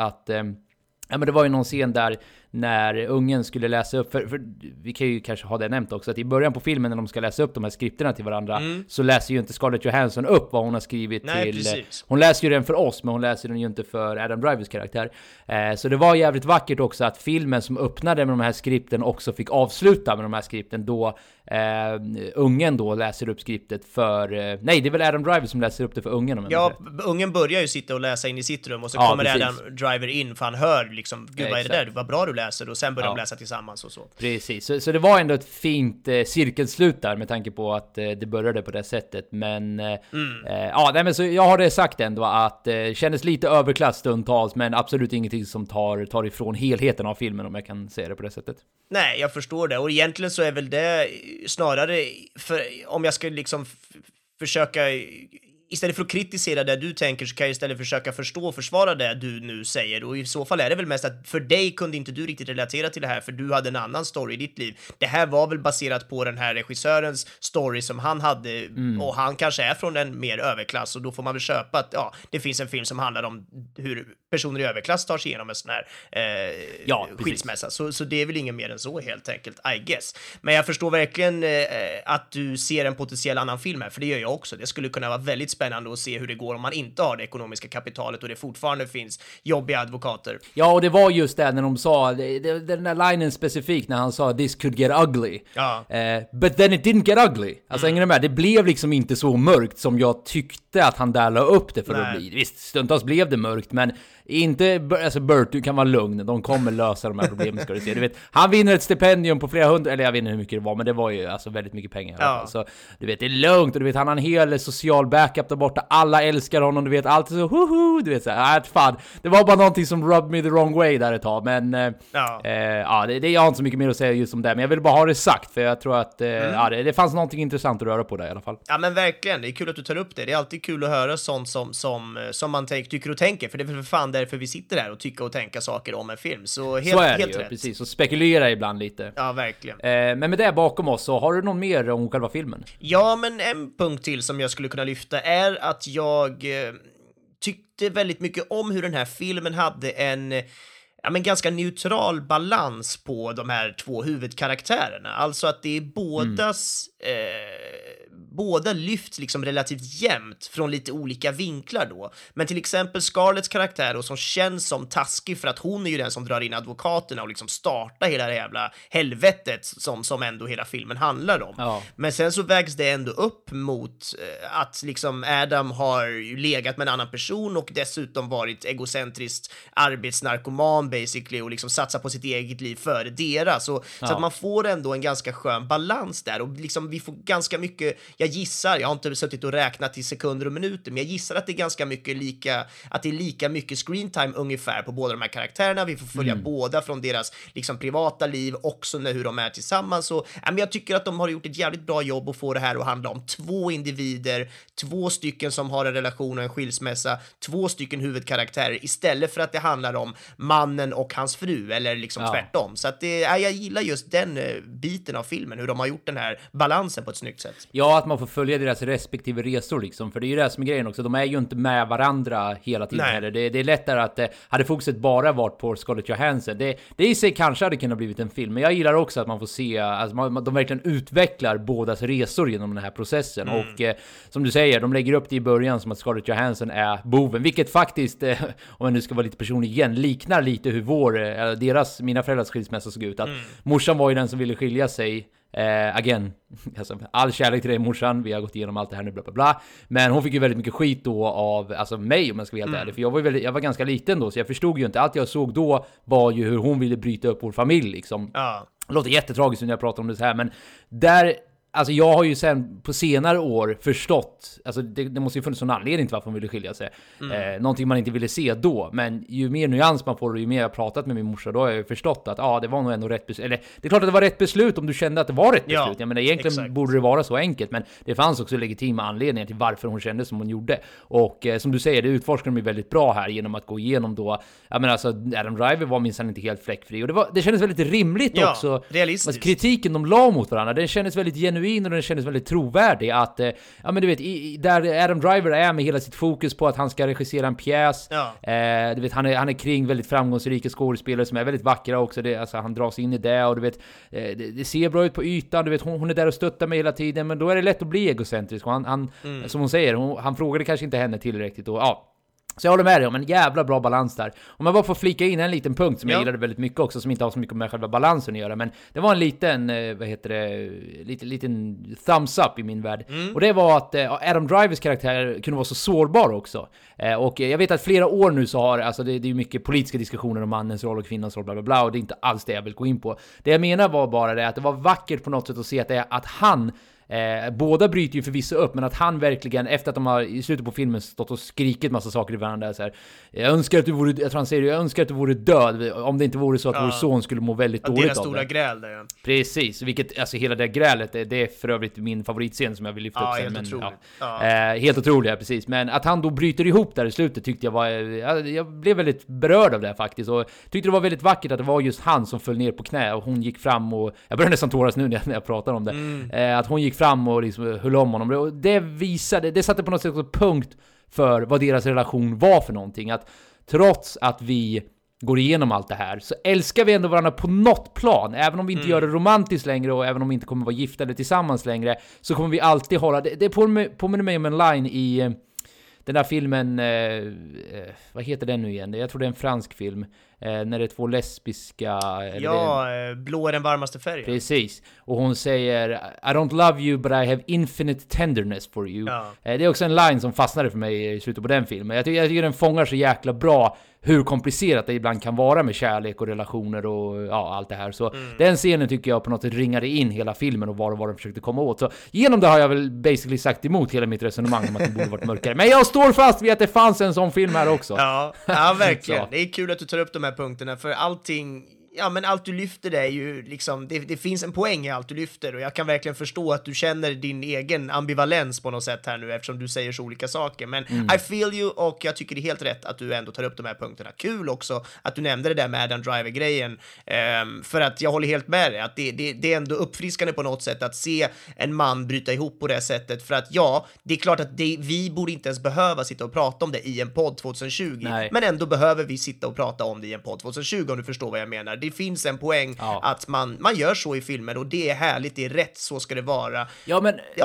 men det var ju någon scen där när ungen skulle läsa upp, för vi kan ju kanske ha det nämnt också, att i början på filmen när de ska läsa upp de här skripterna till varandra, så läser ju inte Scarlett Johansson upp vad hon har skrivit. Nej, till precis. Hon läser ju den för oss, men hon läser den ju inte för Adam Drivers karaktär. Så det var jävligt vackert också att filmen som öppnade med de här skripten också fick avsluta med de här skripten, då ungen då läser upp skriptet för nej, det är väl Adam Driver som läser upp det för ungen.
Ungen börjar ju sitta och läsa in i sitt rum, och så kommer Adam Driver in, för han hör liksom, gud vad är det där, vad bra du läser, och sen börjar de läsa tillsammans och så.
Precis, så det var ändå ett fint cirkelslut där, med tanke på att det började på det sättet, men men så jag har det sagt ändå att kändes lite överklass stundtals, men absolut ingenting som tar ifrån helheten av filmen, om jag kan säga det på det sättet.
Nej, jag förstår det, och egentligen så är väl det snarare, för om jag ska liksom försöka istället för att kritisera det du tänker så kan jag istället försöka förstå och försvara det du nu säger, och i så fall är det väl mest att för dig kunde inte du riktigt relatera till det här för du hade en annan story i ditt liv. Det här var väl baserat på den här regissörens story som han hade, och han kanske är från en mer överklass, och då får man väl köpa att det finns en film som handlar om hur personer i överklass tar sig igenom en sån här skilsmässa. Så det är väl inget mer än så helt enkelt, I guess. Men jag förstår verkligen att du ser en potentiell annan film här, för det gör jag också. Det skulle kunna vara väldigt spännande att se hur det går om man inte har det ekonomiska kapitalet och det fortfarande finns jobbiga advokater.
Ja, och det var just det när de sa, den där linen specifikt när han sa “This could get ugly”. Ja. But then it didn't get ugly. Alltså, det blev liksom inte så mörkt som jag tyckte att han där la upp det för att bli. Visst, stundtals blev det mörkt, men inte, alltså Burt, du kan vara lugn. De kommer lösa de här problemen, ska du se. Du vet, han vinner ett stipendium på flera hundra, eller jag vet inte hur mycket det var, men det var ju alltså väldigt mycket pengar. Ja. Så du vet, det är lugnt, och du vet, han har en hel social backup där borta. Alla älskar honom, du vet, allt är så du vet, så här, fan. Det var bara någonting som rubbed me the wrong way där ett tag, men det jag har inte så mycket mer att säga just om det, men jag vill bara ha det sagt, för jag tror att det fanns någonting intressant att röra på där i alla fall. Ja, men verkligen, det är kul att du tar upp det. Det är alltid kul att höra sånt som man tycker och tänker, för det är för fan därför vi sitter här och tycka och tänka saker om en film. Så helt, så är det helt rätt. Precis, och spekulera ibland lite. Ja, verkligen. Men med det bakom oss, så har du någon mer om själva filmen? Ja, men en punkt till som jag skulle kunna lyfta är att jag tyckte väldigt mycket om hur den här filmen hade en ganska neutral balans på de här två huvudkaraktärerna. Alltså att det är båda lyfts liksom relativt jämnt från lite olika vinklar då. Men till exempel Scarletts karaktär då, som känns som taskig för att hon är ju den som drar in advokaterna och liksom startar hela det jävla helvetet som ändå hela filmen handlar om. Ja. Men sen så vägs det ändå upp mot att liksom Adam har legat med en annan person och dessutom varit egocentriskt arbetsnarkoman basically och liksom satsa på sitt eget liv före deras. Så att man får ändå en ganska skön balans där, och liksom vi får ganska mycket, jag gissar, jag har inte suttit och räknat i sekunder och minuter, men jag gissar att det är ganska mycket lika mycket screentime ungefär på båda de här karaktärerna. Vi får följa båda från deras liksom privata liv, också när hur de är tillsammans. Så jag tycker att de har gjort ett jävligt bra jobb att få det här att handla om två individer, två stycken som har en relation och en skilsmässa, två stycken huvudkaraktärer, istället för att det handlar om mannen och hans fru, eller liksom tvärtom. Så att jag gillar just den biten av filmen, hur de har gjort den här balansen på ett snyggt sätt. Ja, att man får följa deras respektive resor liksom, för det är ju det som är grejen också, de är ju inte med varandra hela tiden heller. Det är lättare att hade fokuset bara varit på Scarlett Johansson, det i sig kanske hade kunnat blivit en film, men jag gillar också att man får se, alltså de verkligen utvecklar bådas resor genom den här processen. Och som du säger, de lägger upp det i början som att Scarlett Johansson är boven, vilket faktiskt, om jag nu ska vara lite personlig igen, liknar lite hur mina föräldrars skilsmässa såg ut, att morsan var ju den som ville skilja sig. Alltså, all kärlek till dig morsan, vi har gått igenom allt det här nu, bla bla bla. Men hon fick ju väldigt mycket skit då av mig, om jag ska vara helt ärlig. För jag var ganska liten då, så jag förstod ju inte. Allt jag såg då var ju hur hon ville bryta upp vår familj liksom. Det låter jättetragiskt när jag pratar om det så här, men där... Alltså jag har ju sen på senare år förstått, alltså det måste ju funnits en anledning till varför hon ville skilja sig. Någonting man inte ville se då, men ju mer nyans man får och ju mer jag har pratat med min morsa, då har jag ju förstått att det var nog ändå rätt beslut. Eller det är klart att det var rätt beslut om du kände att det var rätt beslut. Jag menar, egentligen borde det vara så enkelt, men det fanns också legitima anledningar till varför hon kände som hon gjorde. Och som du säger, det utforskar de ju väldigt bra här genom att gå igenom då, jag menar alltså Adam Driver var minsann inte helt fläckfri, och det kändes väldigt rimligt också. Realistiskt. Alltså, kritiken de la mot varandra, den kändes väldigt genuin och den kändes väldigt trovärdig, att men du vet, där Adam Driver är med hela sitt fokus på att han ska regissera en pjäs. Du vet, han är kring väldigt framgångsrika skådespelare som är väldigt vackra också, alltså, han dras in i det, och du vet, det ser bra ut på ytan, du vet, hon är där och stöttar mig hela tiden, men då är det lätt att bli egocentrisk, och han som hon säger, han frågade kanske inte henne tillräckligt, och så jag håller med dig om en jävla bra balans där. Om jag bara får flika in en liten punkt som jag gillade väldigt mycket också, som inte har så mycket med själva balansen att göra, men det var en liten, liten thumbs up i min värld. Och det var att Adam Drivers karaktär kunde vara så sårbar också. Och jag vet att flera år nu så har, alltså det är ju mycket politiska diskussioner om mannens roll och kvinnans roll, bla bla bla, och det är inte alls det jag vill gå in på. Det jag menar var bara det att det var vackert på något sätt att se att han Båda bryter ju förvisso upp, men att han verkligen, efter att de har i slutet på filmen stått och skrikit massa saker i varandra så här, jag önskar att du vore död, om det inte vore så att vår son skulle må väldigt dåligt av det.
Deras stora gräl där, ja.
Precis, vilket, alltså hela det grälet, det är för övrigt min favoritscen som jag vill lyfta upp sen.
Helt otroligt.
Helt otroligt, ja, precis. Men att han då bryter ihop där i slutet tyckte jag blev väldigt berörd av det faktiskt, och tyckte det var väldigt vackert att det var just han som föll ner på knä och hon gick fram, och jag börjar nästan tåras nu när jag pratar om det, att hon gick fram och liksom höll om honom, och det satte på något sätt punkt för vad deras relation var för någonting, att trots att vi går igenom allt det här så älskar vi ändå varandra på något plan, även om vi inte gör det romantiskt längre, och även om vi inte kommer vara gifta eller tillsammans längre, så kommer vi alltid hålla det påminner mig om en line i den där filmen, vad heter den nu igen? Jag tror det är en fransk film, när det är två lesbiska...
blå är den varmaste färgen.
Precis. Och hon säger, I don't love you but I have infinite tenderness for you. Det är också en line som fastnade för mig i slutet på den filmen. Jag tycker den fångar så jäkla bra hur komplicerat det ibland kan vara med kärlek och relationer och allt det här. Så den scenen tycker jag på något sätt ringade in hela filmen och vad den försökte komma åt. Så genom det har jag väl basically sagt emot hela mitt resonemang om att det borde varit mörkare. Men jag står fast vid att det fanns en sån film här också.
Ja verkligen. Det är kul att du tar upp de här punkterna, för allting... Ja, men allt du lyfter det är ju liksom, det finns en poäng i allt du lyfter, och jag kan verkligen förstå att du känner din egen ambivalens på något sätt här nu, eftersom du säger så olika saker, men I feel you, och jag tycker det är helt rätt att du ändå tar upp de här punkterna. Kul också att du nämnde det där med Adam Driver-grejen, för att jag håller helt med dig, att det är ändå uppfriskande på något sätt att se en man bryta ihop på det sättet, för att det är klart att vi borde inte ens behöva sitta och prata om det i en podd 2020, men ändå behöver vi sitta och prata om det i en podd 2020, om du förstår vad jag menar. Det finns en poäng att man gör så i filmer, och det är härligt, det är rätt, så ska det vara. Det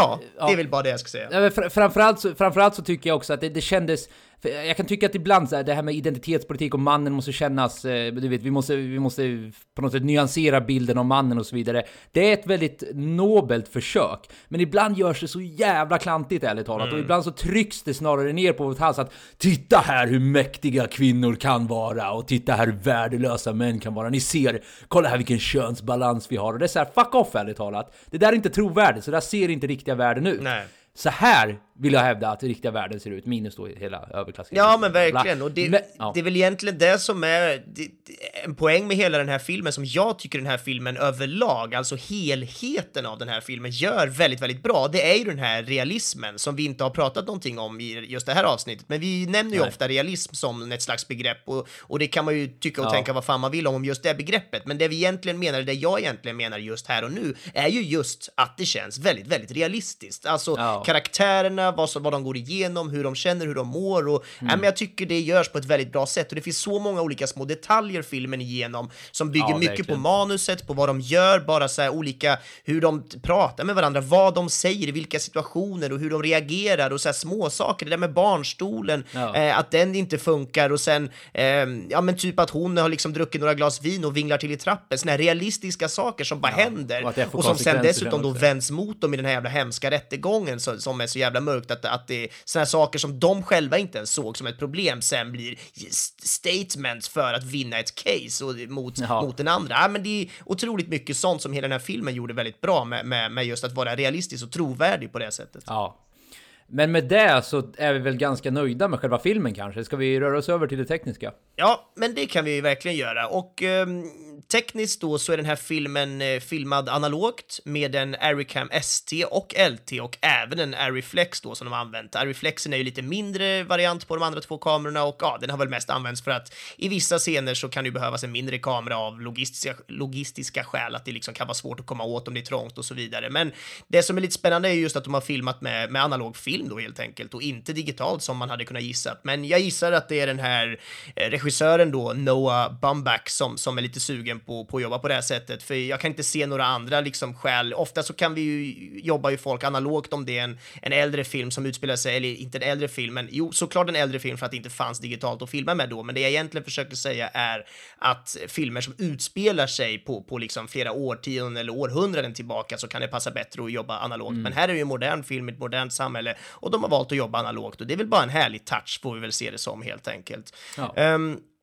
är väl bara det jag ska säga.
Framförallt så tycker jag också att det kändes... Jag kan tycka att ibland så här, det här med identitetspolitik och mannen måste kännas, du vet, vi måste på något sätt nyansera bilden av mannen och så vidare. Det är ett väldigt nobelt försök, men ibland görs det så jävla klantigt, ärligt talat, och ibland så trycks det snarare ner på vårt hals att titta här hur mäktiga kvinnor kan vara, och titta här hur värdelösa män kan vara. Ni ser, kolla här vilken könsbalans vi har, och det är så här, fuck off, ärligt talat. Det där är inte trovärdigt, så där ser inte riktiga världen ut.
Nej.
Så här vill jag hävda att riktiga världen ser ut, minus då hela överklassen.
Ja, men verkligen. Och det är väl egentligen det som är en poäng med hela den här filmen, som jag tycker den här filmen överlag, alltså helheten av den här filmen, gör väldigt, väldigt bra. Det är ju den här realismen som vi inte har pratat någonting om i just det här avsnittet, men vi nämner ju ofta realism som ett slags begrepp, och det kan man ju tycka och tänka vad fan man vill om just det begreppet, men det vi egentligen menar, det jag egentligen menar just här och nu, är ju just att det känns väldigt, väldigt realistiskt. Alltså karaktärerna, vad de går igenom, hur de känner, hur de mår, och men jag tycker det görs på ett väldigt bra sätt, och det finns så många olika små detaljer filmen igenom som bygger mycket på manuset, på vad de gör, bara så här olika, hur de pratar med varandra, vad de säger i vilka situationer och hur de reagerar, och så här små saker, det där med barnstolen, att den inte funkar, och sen men typ att hon har liksom druckit några glas vin och vinglar till i trappen, såna här realistiska saker som bara händer, och som sen dessutom då vänds mot dem i den här jävla hemska rättegången som är så jävla mörkt, att det är såna här saker som de själva inte ens såg som ett problem sen blir statements för att vinna ett case och mot den andra. Men det är otroligt mycket sånt som hela den här filmen gjorde väldigt bra med just att vara realistisk och trovärdig på det sättet.
Ja. Men med det så är vi väl ganska nöjda med själva filmen kanske. Ska vi röra oss över till det tekniska?
Ja, men det kan vi verkligen göra. Och tekniskt då så är den här filmen filmad analogt med en Aricam ST och LT, och även en Arriflex då som de har använt. Arriflexen är ju lite mindre variant på de andra två kamerorna, och den har väl mest använts för att i vissa scener så kan det ju behövas en mindre kamera av logistiska skäl, att det liksom kan vara svårt att komma åt om det är trångt och så vidare. Men det som är lite spännande är just att de har filmat med analog film då helt enkelt, och inte digitalt som man hade kunnat gissa. Men jag gissar att det är den här regissören då, Noah Baumbach, som är lite sugen på att jobba på det här sättet, för jag kan inte se några andra liksom skäl. Ofta så kan vi ju jobba folk analogt om det är en äldre film som utspelar sig, eller inte en äldre film, men jo, såklart en äldre film för att det inte fanns digitalt att filma med då, men det jag egentligen försöker säga är att filmer som utspelar sig på liksom flera årtionden eller århundraden tillbaka, så kan det passa bättre att jobba analogt. Men här är det ju en modern film i ett modernt samhälle, och de har valt att jobba analogt, och det är väl bara en härlig touch, får vi väl se det som helt enkelt.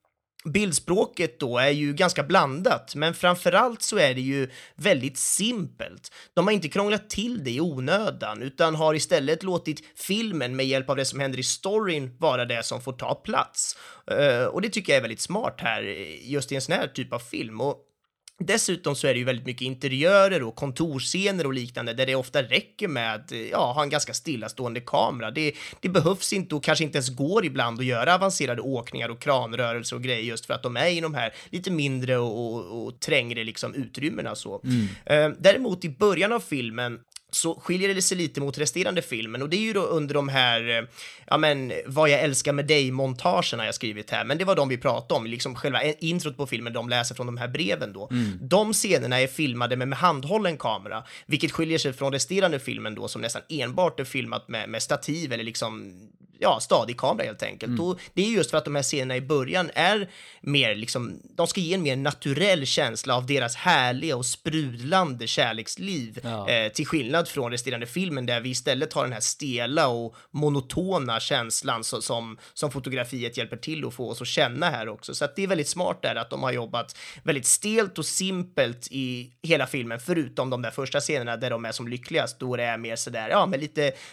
bildspråket då är ju ganska blandat, men framförallt så är det ju väldigt simpelt. De har inte krånglat till det i onödan, utan har istället låtit filmen med hjälp av det som händer i storyn vara det som får ta plats. Och det tycker jag är väldigt smart här, just i en sån här typ av film. Och dessutom så är det ju väldigt mycket interiörer och kontorsscener och liknande där det ofta räcker med att ha en ganska stillastående kamera. Det behövs inte och kanske inte ens går ibland att göra avancerade åkningar och kranrörelser och grejer just för att de är i de här lite mindre och trängre liksom utrymmena så. Däremot i början av filmen så skiljer det sig lite mot resterande filmen och det är ju då under de här vad jag älskar med dig-montagerna jag skrivit här, men det var de vi pratade om, liksom själva introt på filmen de läser från de här breven då. De scenerna är filmade med handhållen kamera, vilket skiljer sig från resterande filmen då som nästan enbart är filmat med stativ eller liksom stadig kamera helt enkelt. Och det är just för att de här scenerna i början är mer liksom, de ska ge en mer naturell känsla av deras härliga och sprudlande kärleksliv till skillnad från resterande filmen där vi istället har den här stela och monotona känslan som fotografiet hjälper till att få oss att känna här också. Så att det är väldigt smart där att de har jobbat väldigt stelt och simpelt i hela filmen, förutom de där första scenerna där de är som lyckligast, då det är mer sådär, men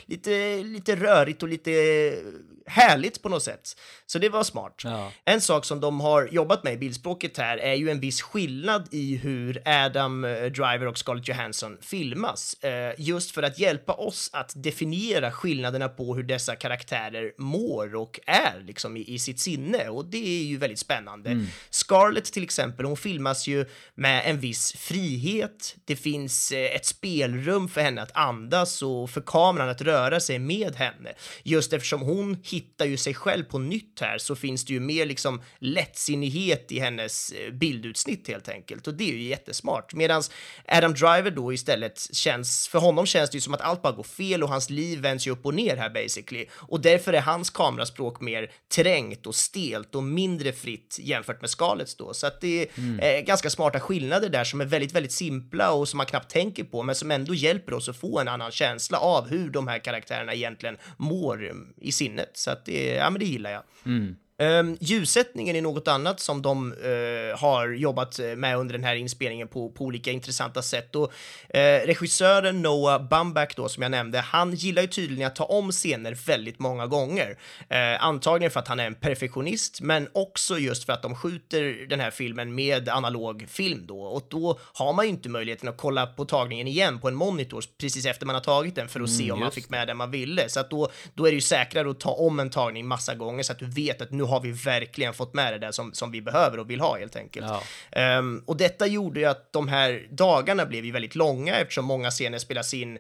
lite rörigt och lite härligt på något sätt. Så det var smart. Ja. En sak som de har jobbat med i bildspråket här är ju en viss skillnad i hur Adam Driver och Scarlett Johansson filmas. Just för att hjälpa oss att definiera skillnaderna på hur dessa karaktärer mår och är liksom i sitt sinne. Och det är ju väldigt spännande. Scarlett till exempel, hon filmas ju med en viss frihet. Det finns ett spelrum för henne att andas och för kameran att röra sig med henne. Just eftersom hon hittar ju sig själv på nytt här så finns det ju mer liksom lättsinnighet i hennes bildutsnitt helt enkelt. Och det är ju jättesmart. Medan Adam Driver då istället för honom känns det ju som att allt bara går fel och hans liv vänds ju upp och ner här basically. Och därför är hans kameraspråk mer trängt och stelt och mindre fritt jämfört med Scarletts då. Så att det är ganska smarta skillnader där som är väldigt, väldigt simpla och som man knappt tänker på, men som ändå hjälper oss att få en annan känsla av hur de här karaktärerna egentligen mår i sinnet. Så att det gillar jag. Ljussättningen är något annat som de har jobbat med under den här inspelningen på olika intressanta sätt. Och regissören Noah Baumbach då, som jag nämnde, han gillar ju tydligen att ta om scener väldigt många gånger. Antagligen för att han är en perfektionist, men också just för att de skjuter den här filmen med analog film då. Och då har man ju inte möjligheten att kolla på tagningen igen på en monitor precis efter man har tagit den för att se om man fick med det man ville. Så att då är det ju säkrare att ta om en tagning massa gånger så att du vet att nu har vi verkligen fått med det där som vi behöver och vill ha helt enkelt. Och detta gjorde ju att de här dagarna blev ju väldigt långa eftersom många scener spelas in.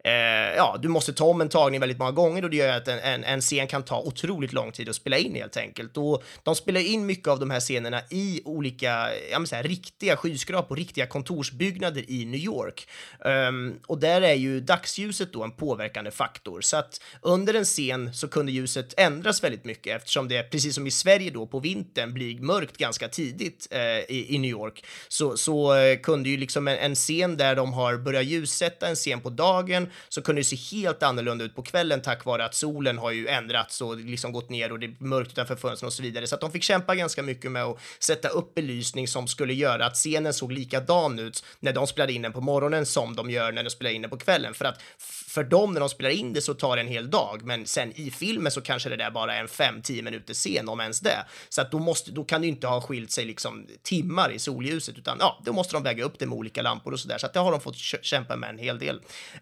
Du måste ta om en tagning väldigt många gånger och det gör att en scen kan ta otroligt lång tid att spela in helt enkelt. Och de spelar in mycket av de här scenerna i olika riktiga skyskrapor och riktiga kontorsbyggnader i New York. Och där är ju dagsljuset då en påverkande faktor. Så att under en scen så kunde ljuset ändras väldigt mycket eftersom det, precis som i Sverige då på vintern, blir mörkt ganska tidigt i New York. Så kunde ju liksom en scen där de har börjat ljussätta en scen på dagen så kunde det se helt annorlunda ut på kvällen tack vare att solen har ju ändrats och liksom gått ner och det är mörkt utanför fönstren och så vidare. Så att de fick kämpa ganska mycket med att sätta upp belysning som skulle göra att scenen såg likadan ut när de spelade in den på morgonen som de gör när de spelar in den på kvällen. För att för dem när de spelar in det så tar det en hel dag, men sen i filmen så kanske det där bara är en 5-10 minuter scen om ens det. Så att då kan det inte ha skilt sig liksom timmar i solljuset, utan då måste de väga upp det med olika lampor och sådär. Så att det har de fått kämpa med en hel del.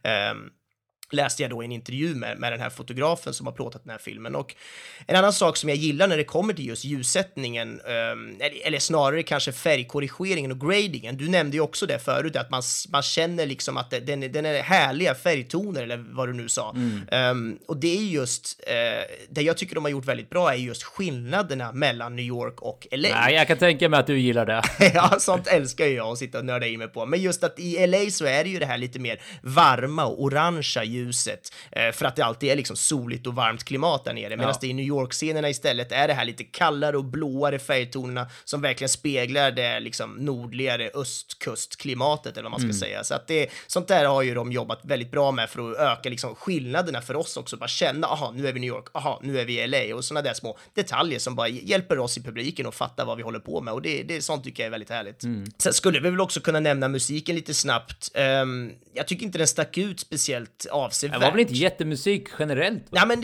Läste jag då i en intervju med den här fotografen som har plåtat den här filmen. Och en annan sak som jag gillar när det kommer till just ljussättningen, eller snarare kanske färgkorrigeringen och gradingen. Du nämnde ju också det förut, att man känner liksom att den är härliga färgtoner, eller vad du nu sa. Och det är just, det jag tycker de har gjort väldigt bra är just skillnaderna mellan New York och LA.
Nej, jag kan tänka mig att du gillar det.
Ja, sånt älskar jag att sitta och nörda in mig på. Men just att i LA så är det ju det här lite mer varma och orangea ljuset, för att det alltid är liksom soligt och varmt klimat där nere, medan det i New York-scenerna istället är det här lite kallare och blåare färgtonerna som verkligen speglar det liksom nordligare östkustklimatet, eller vad man ska säga. Så att sånt där har ju de jobbat väldigt bra med för att öka liksom skillnaderna för oss också, bara känna, aha, nu är vi i New York, aha, nu är vi i LA, och såna där små detaljer som bara hjälper oss i publiken att fatta vad vi håller på med, och det sånt tycker jag är väldigt härligt. Sen skulle vi väl också kunna nämna musiken lite snabbt. Jag tycker inte den stack ut speciellt avsevärt.
Det var väl inte jättemusik generellt?
Nej, men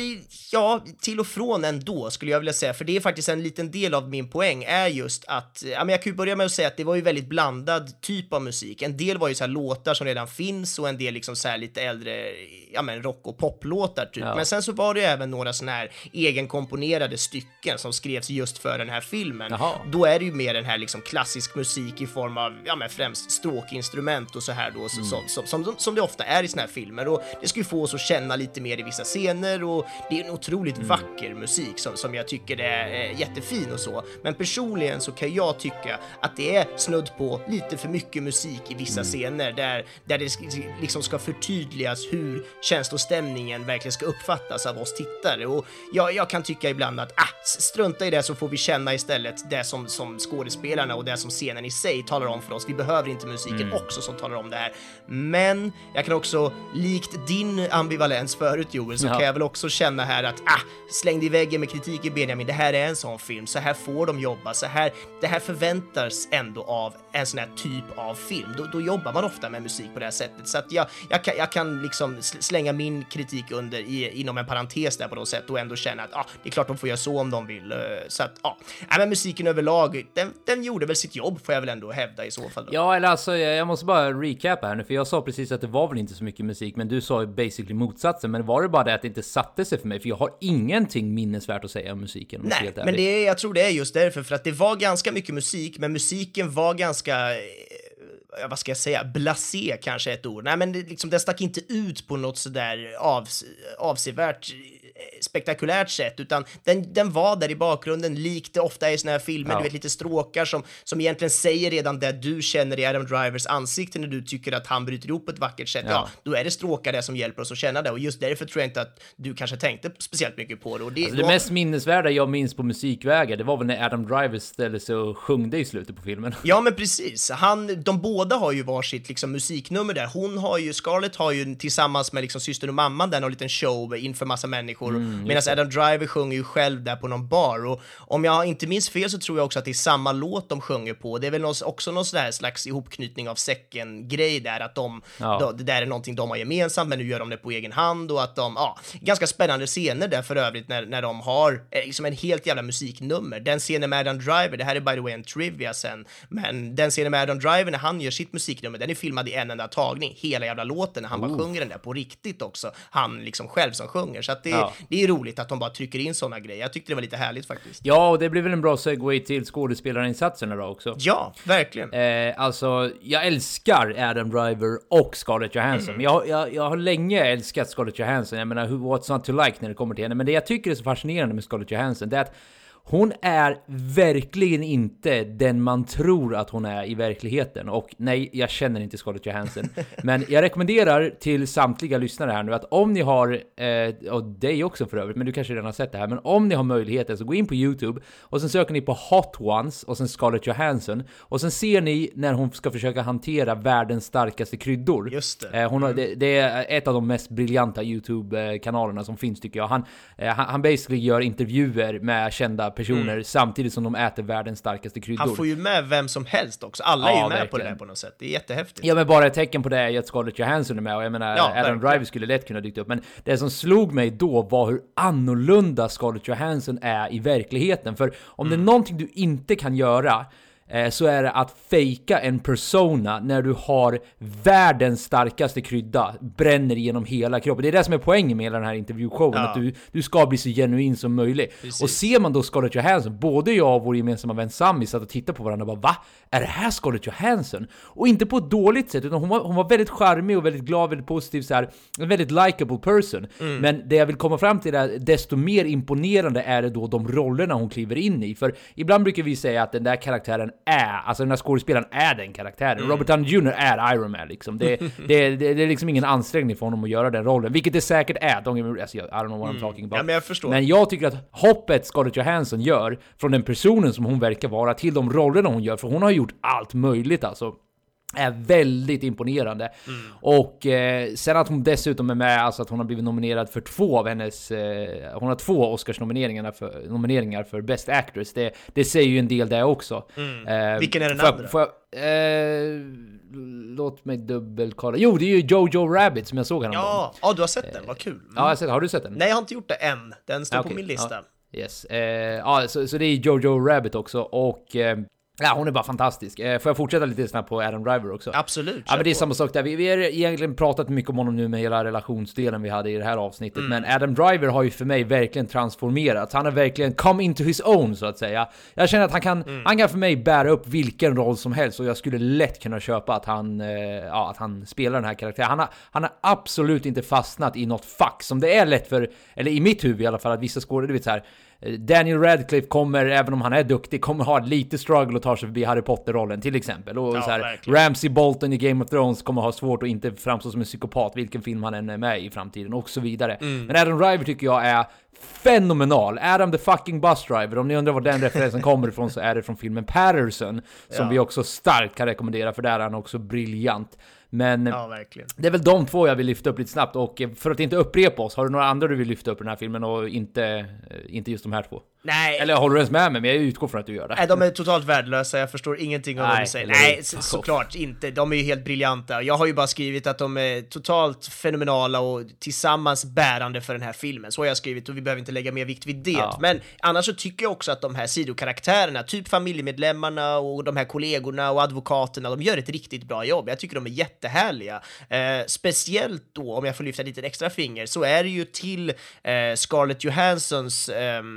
till och från ändå skulle jag vilja säga, för det är faktiskt en liten del av min poäng är just att, men jag kan ju börja med att säga att det var ju väldigt blandad typ av musik. En del var ju så här låtar som redan finns, och en del liksom så här lite äldre, rock- och poplåtar typ. Men sen så var det ju även några såna här egenkomponerade stycken som skrevs just för den här filmen. Då är det ju mer den här liksom klassisk musik i form av, främst stråkinstrument och så här då, som det ofta är i såna här filmer, och det ska ju få oss att känna lite mer i vissa scener, och det är en otroligt vacker musik som jag tycker är jättefin och så, men personligen så kan jag tycka att det är snudd på lite för mycket musik i vissa scener där det liksom ska förtydligas hur känslostämningen verkligen ska uppfattas av oss tittare, och jag kan tycka ibland att strunta i det, så får vi känna istället det som skådespelarna och det som scenen i sig talar om för oss. Vi behöver inte musiken också som talar om det här. Men jag kan också, likt din ambivalens förut Joel, så kan jag väl också känna här att släng dig i väggen med kritik i Benjamin, det här är en sån film, så här får de jobba, det här förväntas ändå av en sån här typ av film. Då jobbar man ofta med musik på det här sättet, så att jag kan liksom slänga min kritik inom en parentes där på något sätt, och ändå känna att det är klart de får göra så om de vill. Så att men musiken överlag, den gjorde väl sitt jobb, får jag väl ändå hävda i så fall då.
Ja, eller alltså, jag måste bara recapa här nu, för jag sa precis att det var väl inte så mycket musik, men du sa ju basically motsatsen, men var det bara det att det inte satte sig för mig, för jag har ingenting minnesvärt att säga om musiken.
Nej, men jag tror det är just därför, för att det var ganska mycket musik, men musiken var ganska, vad ska jag säga, blasé kanske ett ord. Nej, men den stack inte ut på något sådär avsevärt spektakulärt sätt, utan den var där i bakgrunden, likt det ofta är i såna här filmer, du vet, lite stråkar som egentligen säger redan det du känner i Adam Drivers ansikte när du tycker att han bryter ihop på ett vackert sätt. Då är det stråkar där som hjälper oss att känna det, och just därför tror jag inte att du kanske tänkte speciellt mycket på det. Och
det mest minnesvärda jag minns på musikvägar, det var väl när Adam Driver ställde sig och sjungde i slutet på filmen.
Ja, men precis. De båda har ju varsitt liksom musiknummer där. Scarlett har ju tillsammans med liksom systern och mamman där någon liten show inför massa människor, medan Adam Driver sjunger ju själv där på någon bar, och om jag inte minns fel så tror jag också att det är samma låt de sjunger på. Det är väl också någon sån här slags ihopknytning av säcken-grej där, att det där är någonting de har gemensamt, men nu gör de det på egen hand, och att ganska spännande scener där för övrigt när de har liksom en helt jävla musiknummer. Den scenen med Adam Driver, det här är by the way en trivia sen, men den scenen med Adam Driver när han gör sitt musiknummer, den är filmad i en enda tagning, hela jävla låten, när han bara sjunger den där på riktigt också, han liksom själv som sjunger, så att det är roligt att de bara trycker in såna grejer. Jag tyckte det var lite härligt faktiskt.
Ja, och det blir väl en bra segway till skådespelarinsatserna då också.
Ja, verkligen.
Alltså, jag älskar Adam Driver och Scarlett Johansson. Jag har länge älskat Scarlett Johansson. Jag menar, what's not to like när det kommer till henne. Men det jag tycker är så fascinerande med Scarlett Johansson, det är att hon är verkligen inte den man tror att hon är i verkligheten. Och nej, jag känner inte Scarlett Johansson. Men jag rekommenderar till samtliga lyssnare här nu att om ni har, och dig också för övrigt, men du kanske redan har sett det här, men om ni har möjligheten så gå in på YouTube och sen söker ni på Hot Ones och sen Scarlett Johansson, och sen ser ni när hon ska försöka hantera världens starkaste kryddor.
Just det.
Hon har, det är ett av de mest briljanta YouTube-kanalerna som finns, tycker jag. Han basically gör intervjuer med kända personer samtidigt som de äter världens starkaste kryddor.
Han får ju med vem som helst också. Alla är ju med verkligen på det där på något sätt. Det är jättehäftigt.
Ja, men bara ett tecken på det är att Scarlett Johansson är med, och jag menar, Adam Driver skulle lätt kunna dyka upp. Men det som slog mig då var hur annorlunda Scarlett Johansson är i verkligheten. För om det är någonting du inte kan göra, så är det att fejka en persona när du har världens starkaste krydda bränner igenom hela kroppen. Det är det som är poängen med hela den här intervjushowen, att du ska bli så genuin som möjligt. Precis. Och ser man då Scarlett Johansson, både jag och vår gemensamma vän Sammy satt och tittade på varandra och bara, va? Är det här Scarlett Johansson? Och inte på ett dåligt sätt, utan hon var väldigt charmig och väldigt glad, väldigt positiv, så här, en väldigt likable person. Men det jag vill komma fram till är, desto mer imponerande är det då de rollerna hon kliver in i. För ibland brukar vi säga att den där karaktären alltså den här skådespelaren är den karaktären. Robert Downey Jr. är Iron Man liksom. Det är liksom ingen ansträngning för honom att göra den rollen, vilket det säkert är. Alltså, I don't know what I'm talking about.
Ja, men jag förstår.
Men jag tycker att hoppet Scarlett Johansson gör från den personen som hon verkar vara till de rollerna hon gör, för hon har gjort allt möjligt alltså, är väldigt imponerande. Och sen att hon dessutom är med, alltså att hon har blivit nominerad för 2 av hennes hon har 2 Oscars-nomineringar för Best Actress. Det säger ju en del där också.
Vilken är den andra?
Låt mig dubbelkolla. Jo, det är ju Jojo Rabbit som jag såg häromdagen.
Ja, du har sett den, vad kul.
Ja, har du sett den?
Nej, jag har inte gjort det än. Den står på min lista.
Yes. Så det är Jojo Rabbit också. Och ja, hon är bara fantastisk. Får jag fortsätta lite snabbt på Adam Driver också?
Absolut.
Ja, men det är samma sak där. Vi har egentligen pratat mycket om honom nu med hela relationsdelen vi hade i det här avsnittet. Men Adam Driver har ju för mig verkligen transformerats. Han har verkligen come into his own, så att säga. Jag känner att han kan för mig bära upp vilken roll som helst, och jag skulle lätt kunna köpa att han spelar den här karaktären. Han har absolut inte fastnat i något fack som det är lätt för, eller i mitt huvud i alla fall, att vissa skådespelare, du vet så här, Daniel Radcliffe kommer, även om han är duktig, kommer ha lite struggle att ta sig förbi Harry Potter-rollen till exempel. Och så här, Ramsay Bolton i Game of Thrones kommer ha svårt att inte framstå som en psykopat vilken film han än är med i framtiden och så vidare. Men Adam Driver tycker jag är fenomenal. Adam the fucking bus driver. Om ni undrar var den referensen kommer ifrån, så är det från filmen Patterson, som vi också starkt kan rekommendera, för där är han också briljant. Men det är väl de 2 jag vill lyfta upp lite snabbt. Och för att inte upprepa oss, har du några andra du vill lyfta upp i den här filmen och inte just de här 2?
Nej.
Eller håller du ens med mig? Men jag utgår från att du gör det.
Nej, de är totalt värdelösa. Jag förstår ingenting av vad de säger. Nej, såklart inte. De är ju helt briljanta. Jag har ju bara skrivit att de är totalt fenomenala och tillsammans bärande för den här filmen. Så har jag skrivit, och vi behöver inte lägga mer vikt vid det. Ja. Men annars så tycker jag också att de här sidokaraktärerna, typ familjemedlemmarna och de här kollegorna och advokaterna, de gör ett riktigt bra jobb. Jag tycker de är jättehärliga. Speciellt då, om jag får lyfta lite extra finger, så är det ju till Scarlett Johanssons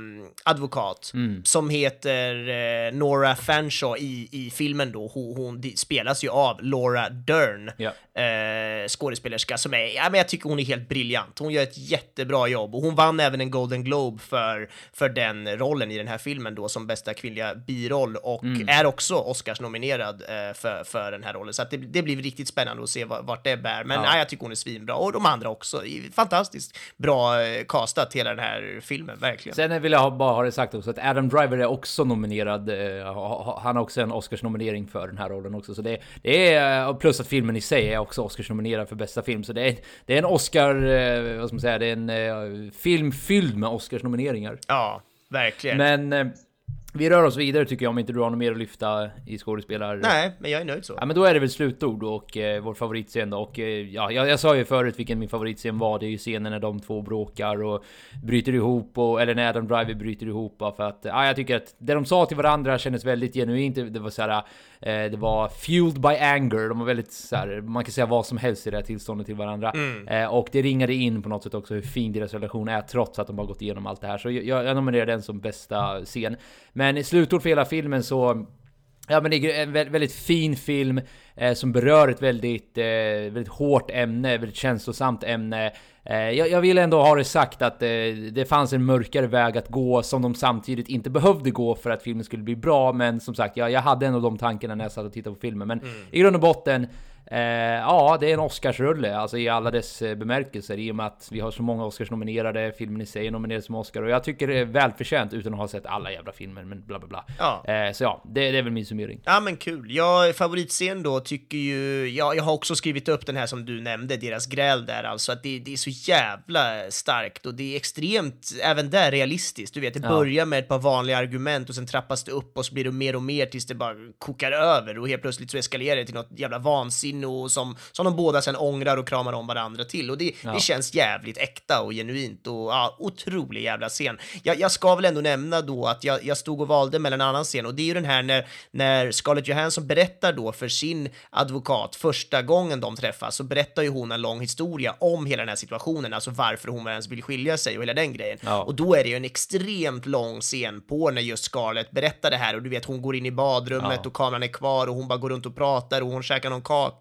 advokat som heter Nora Fanshawe i filmen då. Hon spelas ju av Laura Dern, skådespelerska som är, men jag tycker hon är helt briljant. Hon gör ett jättebra jobb, och hon vann även en Golden Globe för den rollen i den här filmen då, som bästa kvinnliga biroll, och är också Oscars-nominerad för den här rollen. Så att det blir riktigt spännande att se vart det bär. Men jag tycker hon är svinbra, och de andra också. Fantastiskt bra castat hela den här filmen, verkligen.
Sen vill jag bara ha det sagt också att Adam Driver är också nominerad. Han har också en Oscars-nominering för den här rollen också. Så det är, plus att filmen i sig är också Oscars-nominerad för bästa film. Så det är en Oscar, vad ska man säga, det är en film fylld med Oscars-nomineringar.
Ja, verkligen.
Men vi rör oss vidare, tycker jag, om inte du har något mer att lyfta i skådespelare.
Nej, men jag är nöjd så.
Ja, men då är det väl slutord och vår favoritscen då. Och jag sa ju förut vilken min favoritscen var. Det är ju scenen när de 2 bråkar och bryter ihop, eller när Adam Driver bryter ihop, för att jag tycker att det de sa till varandra kändes väldigt genuint. Det var så här, det var fueled by anger. De var väldigt så här, man kan säga vad som helst i det här tillståndet till varandra. Och det ringade in på något sätt också hur fin deras relation är, trots att de har gått igenom allt det här. Så jag nominerar den som bästa scen. Men i slutord för hela filmen så, ja, men det är en väldigt fin film som berör ett väldigt hårt ämne, väldigt känslosamt ämne. Jag vill ändå ha det sagt att det fanns en mörkare väg att gå som de samtidigt inte behövde gå för att filmen skulle bli bra. Men som sagt, jag hade ändå de tankarna när jag satt och tittade på filmen. Men i grund och botten, det är en Oscarsrulle, alltså i alla dess bemärkelser, i och med att vi har så många Oscars nominerade. Filmen i sig är nominerad som Oscar, och jag tycker det är välförtjänt utan att ha sett alla jävla filmer, men bla bla bla. Så ja, det är väl min summering. Ja,
men kul. Favoritscen då tycker ju, jag har också skrivit upp den här som du nämnde, deras gräl där, alltså att det är så jävla starkt, och det är extremt, även där, realistiskt. Du vet, det börjar med ett par vanliga argument och sen trappas det upp och så blir det mer och mer tills det bara kokar över, och helt plötsligt så eskalerar det till något jävla vansinne, och som de båda sen ångrar och kramar om varandra till, och det känns jävligt äkta och genuint, och otrolig jävla scen. Jag ska väl ändå nämna då att jag stod och valde mellan en annan scen, och det är ju den här när Scarlett Johansson berättar då för sin advokat första gången de träffas, så berättar ju hon en lång historia om hela den här situationen, alltså varför hon ens vill skilja sig och hela den grejen. Och då är det ju en extremt lång scen på när just Scarlett berättar det här, och du vet, hon går in i badrummet och kameran är kvar och hon bara går runt och pratar och hon käkar någon kaka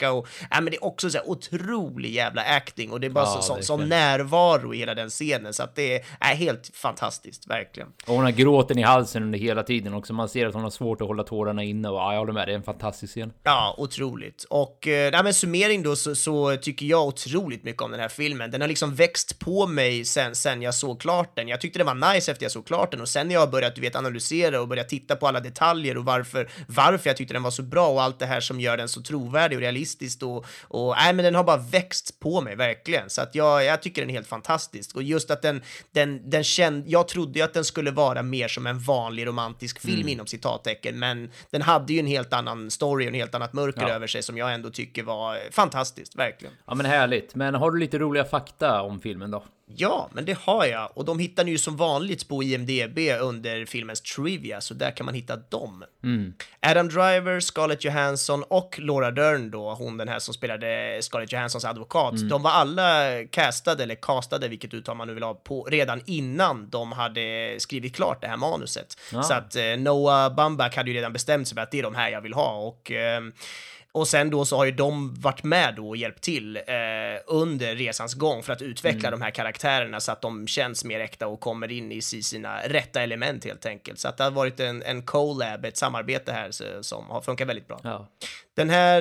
tillbaka och men det är också så här otrolig jävla acting och det är bara som närvaro i hela den scenen, så att det är helt fantastiskt, verkligen.
Och hon har gråten i halsen under hela tiden också, man ser att hon har svårt att hålla tårarna inne och jag håller med, det är en fantastisk scen.
Ja, otroligt. Och men summering då så tycker jag otroligt mycket om den här filmen. Den har liksom växt på mig sen jag såg klart den. Jag tyckte det var nice efter jag såg klart den och sen när jag börjat analysera och börjat titta på alla detaljer och varför jag tyckte den var så bra och allt det här som gör den så trovärdig och realistisk och men den har bara växt på mig verkligen, så att jag tycker den är helt fantastisk och just att den kände, jag trodde ju att den skulle vara mer som en vanlig romantisk film inom citattecken, men den hade ju en helt annan story och en helt annat mörker över sig som jag ändå tycker var fantastiskt, verkligen.
Ja, men härligt. Men har du lite roliga fakta om filmen då?
Ja, men det har jag. Och de hittar ni ju som vanligt på IMDb under filmens trivia, så där kan man hitta dem. Adam Driver, Scarlett Johansson och Laura Dern då, hon den här som spelade Scarlett Johanssons advokat, de var alla castade, vilket uttal man nu vill ha, på redan innan de hade skrivit klart det här manuset. Så att Noah Baumbach hade ju redan bestämt sig för att det är de här jag vill ha, och sen då så har ju de varit med då och hjälpt till under resans gång för att utveckla de här karaktärerna så att de känns mer äkta och kommer in i sina rätta element helt enkelt. Så att det har varit en collab, ett samarbete här som har funkat väldigt bra. Ja. Den här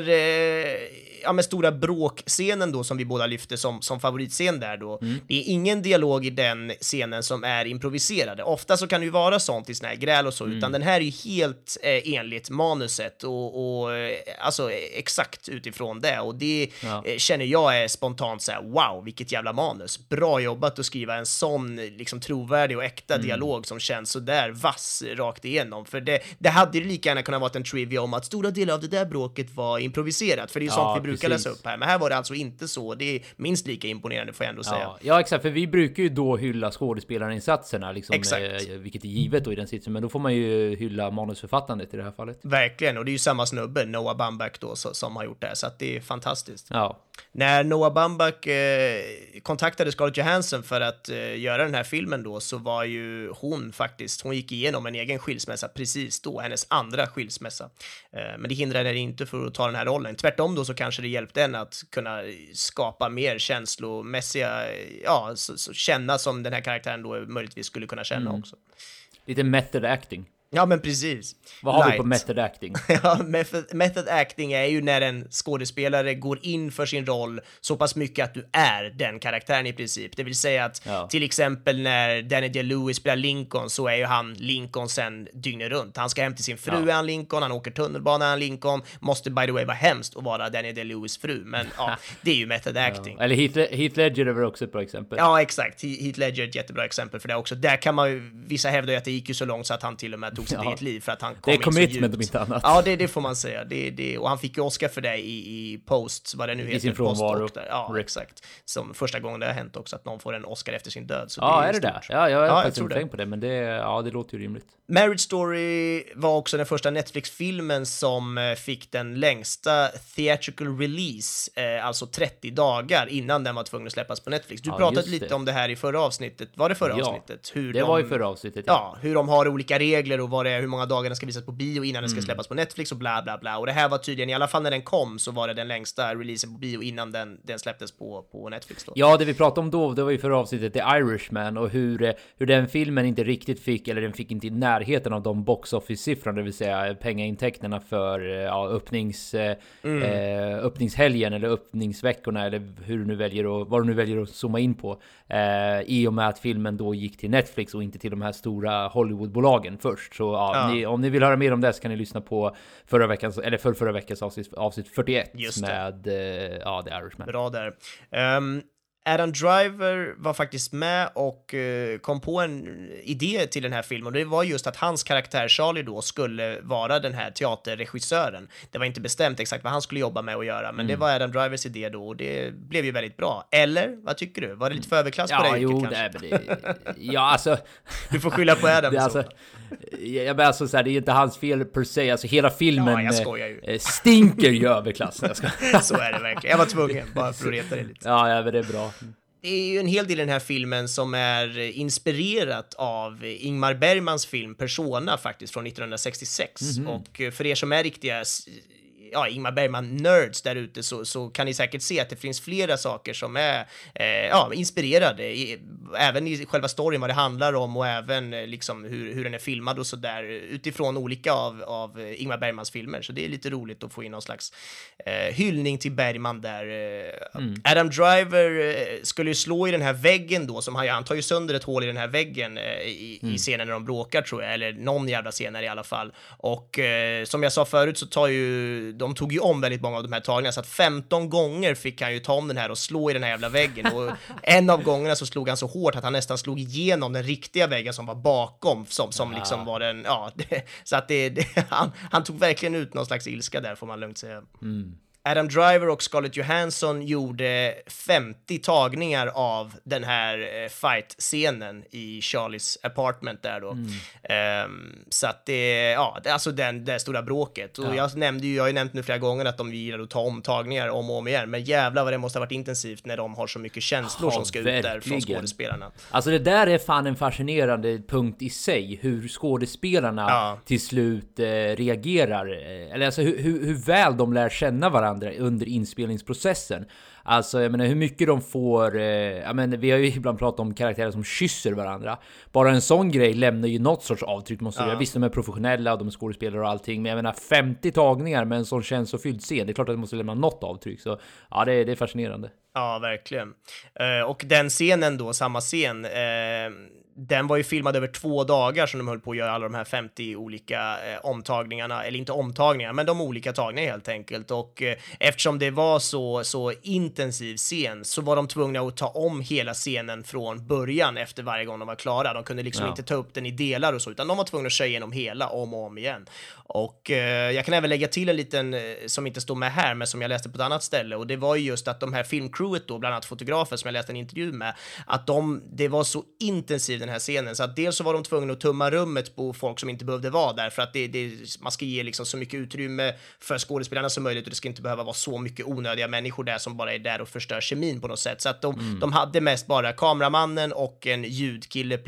med stora bråkscenen då som vi båda lyfte som favoritscen där då. Det är ingen dialog i den scenen som är improviserade. Ofta så kan det ju vara sånt i såna här gräl och så, utan den här är ju helt enligt manuset och alltså exakt utifrån det, och det känner jag är spontant så här: wow, vilket jävla manus. Bra jobbat att skriva en sån liksom trovärdig och äkta dialog som känns så där vass rakt igenom, för det hade ju lika gärna kunnat vara en trivia om att stora delar av det där bråket var improviserat, för det är ju sånt vi brukar läsa upp här, men här var det alltså inte så. Det är minst lika imponerande, får jag ändå säga.
Ja, exakt, för vi brukar ju då hylla skådespelarinsatserna liksom, vilket är givet då i den sitsen, men då får man ju hylla manusförfattandet i det här fallet.
Verkligen, och det är ju samma snubbe, Noah Baumbach då, som har gjort det här, så att det är fantastiskt.
Ja.
När Noah Baumbach kontaktade Scarlett Johansson för att göra den här filmen då, så var ju hon gick igenom en egen skilsmässa precis då, hennes andra skilsmässa. Men det hindrade henne inte för att ta den här rollen. Tvärtom då så kanske det hjälpte henne att kunna skapa mer känslomässiga, så känna som den här karaktären då möjligtvis skulle kunna känna också.
Lite method acting.
Ja, men precis.
Vad har vi på method acting?
Ja, method acting är ju när en skådespelare går in för sin roll så pass mycket att du är den karaktären i princip. Det vill säga att till exempel när Daniel Day-Lewis spelar Lincoln, så är ju han Lincoln sen dygnet runt. Han ska hem till sin fru, är han Lincoln, han åker tunnelbana, är han Lincoln. Måste by the way vara hemskt att vara Daniel Day-Lewis fru, men det är ju method acting.
Eller Heath Ledger är väl också ett bra exempel.
Ja, exakt. Heath Ledger är ett jättebra exempel för det också. Där kan man ju, vissa hävdar ju att det gick ju så långt så att han till och med tog sitt eget liv för att han kom.
Det är commitment om inte annat.
Ja, det får man säga. Och han fick ju Oscar för det i Post, vad det nu heter.
I sin frånvaro.
Ja, exakt. Som första gången det har hänt också, att någon får en Oscar efter sin död. Så
är det där? Ja, jag har faktiskt inte tänkt på det, men det låter ju rimligt.
Marriage Story var också den första Netflix-filmen som fick den längsta theatrical release, alltså 30 dager innan den var tvungen att släppas på Netflix. Du pratade lite om det här i förra avsnittet. Var det förra avsnittet?
Det var i förra avsnittet.
Ja, hur de har olika regler och hur många dagar den ska visas på bio innan den ska släppas på Netflix och bla bla bla. Och det här var tydligen, i alla fall när den kom, så var det den längsta releasen på bio innan den släpptes på Netflix då.
Ja, det vi pratade om då, det var ju förra avsnittet The Irishman, och hur den filmen inte riktigt fick, eller den fick inte i närheten av de box office-siffrorna, det vill säga pengaintäkterna för öppningshelgen eller öppningsveckorna, eller vad du nu väljer att zooma in på, i och med att filmen då gick till Netflix och inte till de här stora Hollywoodbolagen först. Så om ni vill höra mer om det så kan ni lyssna på förra veckans avsnitt 41 med The Irishman.
Bra där. Adam Driver var faktiskt med och kom på en idé till den här filmen, och det var just att hans karaktär Charlie då skulle vara den här teaterregissören. Det var inte bestämt exakt vad han skulle jobba med att göra, men det var Adam Drivers idé då, och det blev ju väldigt bra. Eller, vad tycker du? Var det lite för överklass på det?
Alltså...
Du får skylla på Adam.
Så här, det är inte hans fel per se. Alltså hela filmen stinker ju överklass.
Så är det verkligen. Jag var tvungen, bara för att reta det lite.
Ja, men det är bra.
Det är ju en hel del i den här filmen som är inspirerat av Ingmar Bergmans film Persona faktiskt från 1966. Och för er som är riktiga Ingmar Bergman-nerds där ute så kan ni säkert se att det finns flera saker som är inspirerade, även i själva storyn, vad det handlar om och även liksom hur den är filmad och sådär, utifrån olika av Ingmar Bergmans filmer. Så det är lite roligt att få in någon slags hyllning till Bergman där. Adam Driver skulle ju slå i den här väggen då, som han tar ju sönder ett hål i den här väggen i scenen när de bråkar, tror jag, eller någon jävla scener i alla fall. Och som jag sa förut så de tog ju om väldigt många av de här tagningarna, så att 15 gånger fick han ju ta om den här och slå i den här jävla väggen, och en av gångerna så slog han så hårt att han nästan slog igenom den riktiga väggen som var bakom, som liksom var den, så att han tog verkligen ut någon slags ilska där, får man lugnt säga. Adam Driver och Scarlett Johansson gjorde 50 tagningar av den här fight-scenen i Charlies apartment där då. Så att det är alltså det stora bråket. Och jag har ju nämnt nu flera gånger att de gillar att ta om tagningar om och om igen, men jävlar vad det måste ha varit intensivt när de har så mycket känslor som ska ut där från skådespelarna.
Alltså det där är fan en fascinerande punkt i sig, hur skådespelarna till slut reagerar, eller alltså hur väl de lär känna varandra under inspelningsprocessen. Alltså jag menar hur mycket de får, vi har ju ibland pratat om karaktärer som kysser varandra. Bara en sån grej lämnar ju något sorts avtryck, måste jag. Visst, de är professionella och de är skådespelare och allting, men jag menar 50 tagningar med en sån känslofylld scen, det är klart att det måste lämna något avtryck. Så ja, det är fascinerande. Ja,
verkligen. Och den scenen då, samma scen, den var ju filmad över 2 dagar som de höll på att göra alla de här 50 olika omtagningarna, eller inte omtagningar, men de olika tagningarna helt enkelt. Och eftersom det var så intensiv scen så var de tvungna att ta om hela scenen från början efter varje gång de var klara. De kunde liksom inte ta upp den i delar och så, utan de var tvungna att köra igenom hela om och om igen. Och jag kan även lägga till en liten som inte står med här, men som jag läste på ett annat ställe, och det var ju just att de här filmcrewet då, bland annat fotografer som jag läste en intervju med, att det var så intensivt den här scenen, så att dels så var de tvungna att tumma rummet på folk som inte behövde vara där, för att man ska ge liksom så mycket utrymme för skådespelarna som möjligt, och det ska inte behöva vara så mycket onödiga människor där som bara är där och förstör kemin på något sätt. Så att de hade mest bara kameramannen och en ljudkille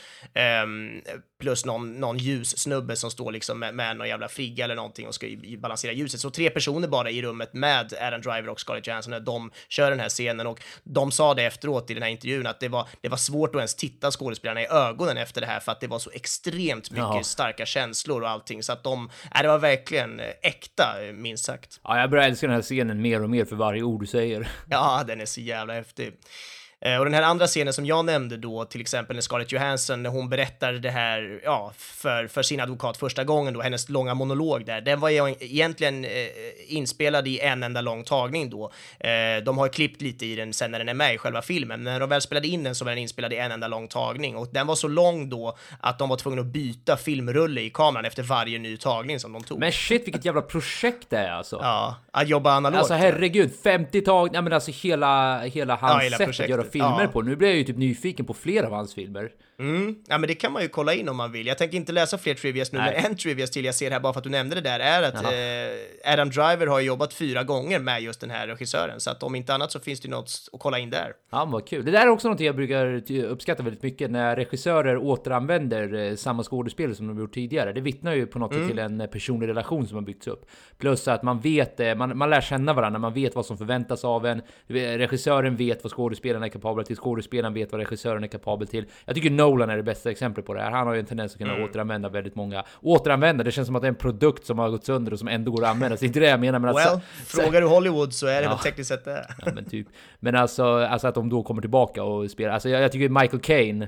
plus någon ljussnubbe som står liksom med någon jävla frigga eller någonting och ska balansera ljuset. Så 3 personer bara i rummet med Adam Driver och Scarlett Johansson när de kör den här scenen, och de sa det efteråt i den här intervjun att det var svårt att ens titta skådespelarna i ögonen efter det här, för att det var så extremt mycket starka känslor och allting, så att det var verkligen äkta, minst sagt.
Ja, jag börjar älska den här scenen mer och mer för varje ord du säger.
Ja, den är så jävla häftig. Och den här andra scenen som jag nämnde då, till exempel när Scarlett Johansson, när hon berättar det här för sin advokat första gången då, hennes långa monolog där, den var egentligen inspelad i en enda lång tagning då. De har klippt lite i den sen när den är med i själva filmen, men när de väl spelade in den så var den inspelad i en enda lång tagning, och den var så lång då att de var tvungna att byta filmrulle i kameran efter varje ny tagning som de tog.
Men shit, vilket jävla projekt det är alltså.
Ja, att jobba analogt.
Alltså herregud, 50 tagningar, men alltså hela hans sätt att göra filmer på. Nu blir jag ju typ nyfiken på flera av hans filmer.
Ja, men det kan man ju kolla in om man vill. Jag tänker inte läsa fler trivias nu, men en trivias till jag ser här bara för att du nämnde det där är att Adam Driver har jobbat 4 gånger med just den här regissören, så att om inte annat så finns det något att kolla in där.
Ja, vad kul. Det där är också något jag brukar uppskatta väldigt mycket, när regissörer återanvänder samma skådespelare som de gjort tidigare. Det vittnar ju på något sätt till en personlig relation som har byggts upp. Plus att man vet, man lär känna varandra, man vet vad som förväntas av en. Regissören vet vad skådespelarna är kapabla till, skådespelaren vet vad regissören är kapabel till. Jag tycker Nolan är det bästa exemplet på det här. Han har ju en tendens att kunna återanvända väldigt många. Återanvända, det känns som att det är en produkt som har gått sönder och som ändå går att använda. Så det är inte det jag menar. Men
frågar du Hollywood så är det väl tekniskt sett det.
Ja, men typ. Men alltså att de då kommer tillbaka och spelar. Alltså jag tycker Michael Caine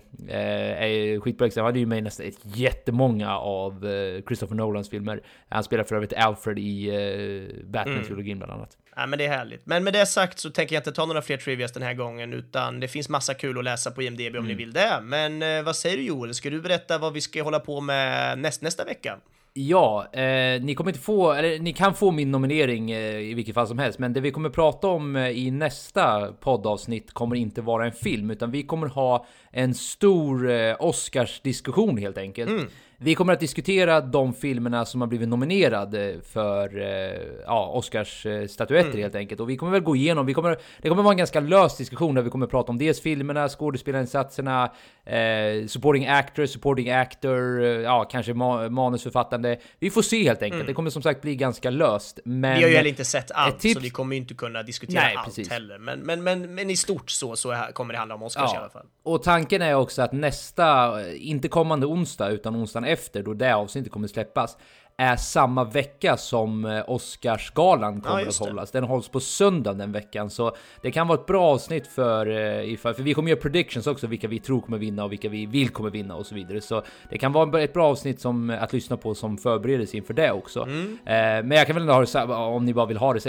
är skitbra exempel. Han hade ju med nästan jättemånga av Christopher Nolans filmer. Han spelar för övrigt Alfred i Batman-trilogin bland annat.
Ja, men det är härligt. Men med det sagt så tänker jag inte ta några fler trivias den här gången, utan det finns massa kul att läsa på IMDb om ni vill det. Men vad säger du, Joel? Ska du berätta vad vi ska hålla på med nästa vecka?
Ja, ni kommer inte få, eller ni kan få min nominering i vilket fall som helst, men det vi kommer prata om i nästa poddavsnitt kommer inte vara en film, utan vi kommer ha en stor Oscars-diskussion helt enkelt. Vi kommer att diskutera de filmerna som har blivit nominerade för Oscars statyetter helt enkelt. Och vi kommer väl gå igenom, det kommer vara en ganska lös diskussion där vi kommer prata om dels filmerna, skådespelarinsatserna, supporting actor, supporting actor, kanske manusförfattande. Vi får se helt enkelt. Det kommer som sagt bli ganska löst. Men
vi har ju heller inte sett allt, så vi kommer inte kunna diskutera allt heller. Men i stort så kommer det handla om Oscars i alla fall.
Och tanken är också att nästa, inte kommande onsdag utan onsdagen efter, då det avsnittet kommer släppas, är samma vecka som Oscarsgalan kommer att hållas. Den hålls på söndag den veckan, så det kan vara ett bra avsnitt för vi kommer göra predictions också, vilka vi tror kommer vinna och vilka vi vill kommer vinna och så vidare. Så det kan vara ett bra avsnitt som att lyssna på som förberedelse inför det också. Men jag kan väl ha det, om ni bara vill ha det,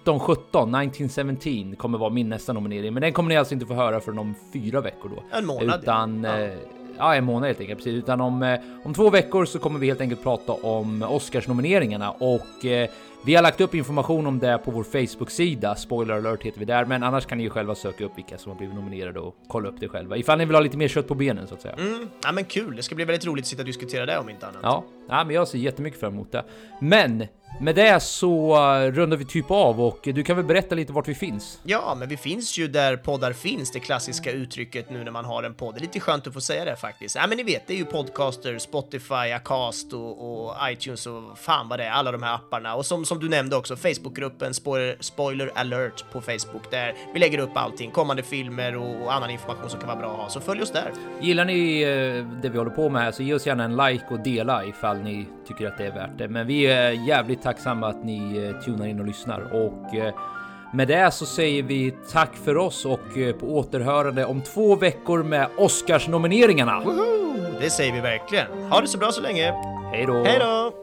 1917 kommer vara min nästa nominering, men den kommer ni alltså inte få höra för om 4 veckor då.
En månad.
Utan en månad helt enkelt, precis. Utan om 2 veckor så kommer vi helt enkelt prata om Oscars-nomineringarna. Och vi har lagt upp information om det på vår Facebook-sida. Spoiler alert heter vi där. Men annars kan ni ju själva söka upp vilka som har blivit nominerade och kolla upp det själva. Ifall ni vill ha lite mer kött på benen så att säga.
Ja men kul, det ska bli väldigt roligt att sitta och diskutera det om inte annat.
Ja men jag ser jättemycket fram emot det. Men med det så rundar vi typ av, och du kan väl berätta lite vart vi finns? Ja, men vi finns ju där poddar finns, det klassiska uttrycket nu när man har en podd. Det är lite skönt att få säga det faktiskt. Ja, men ni vet, det är ju Podcaster, Spotify, Acast och iTunes och fan vad det är, alla de här apparna. Och som du nämnde också, Facebookgruppen Spoiler Alert på Facebook, där vi lägger upp allting, kommande filmer och annan information som kan vara bra att ha. Så följ oss där. Gillar ni det vi håller på med här, så ge oss gärna en like och dela ifall ni tycker att det är värt det. Men vi är jävligt tacksamma att ni tunar in och lyssnar. Och med det så säger vi tack för oss och på återhörande om 2 veckor med Oscars-nomineringarna. Woho! Det säger vi verkligen. Ha det så bra så länge. Hej då! Hej då!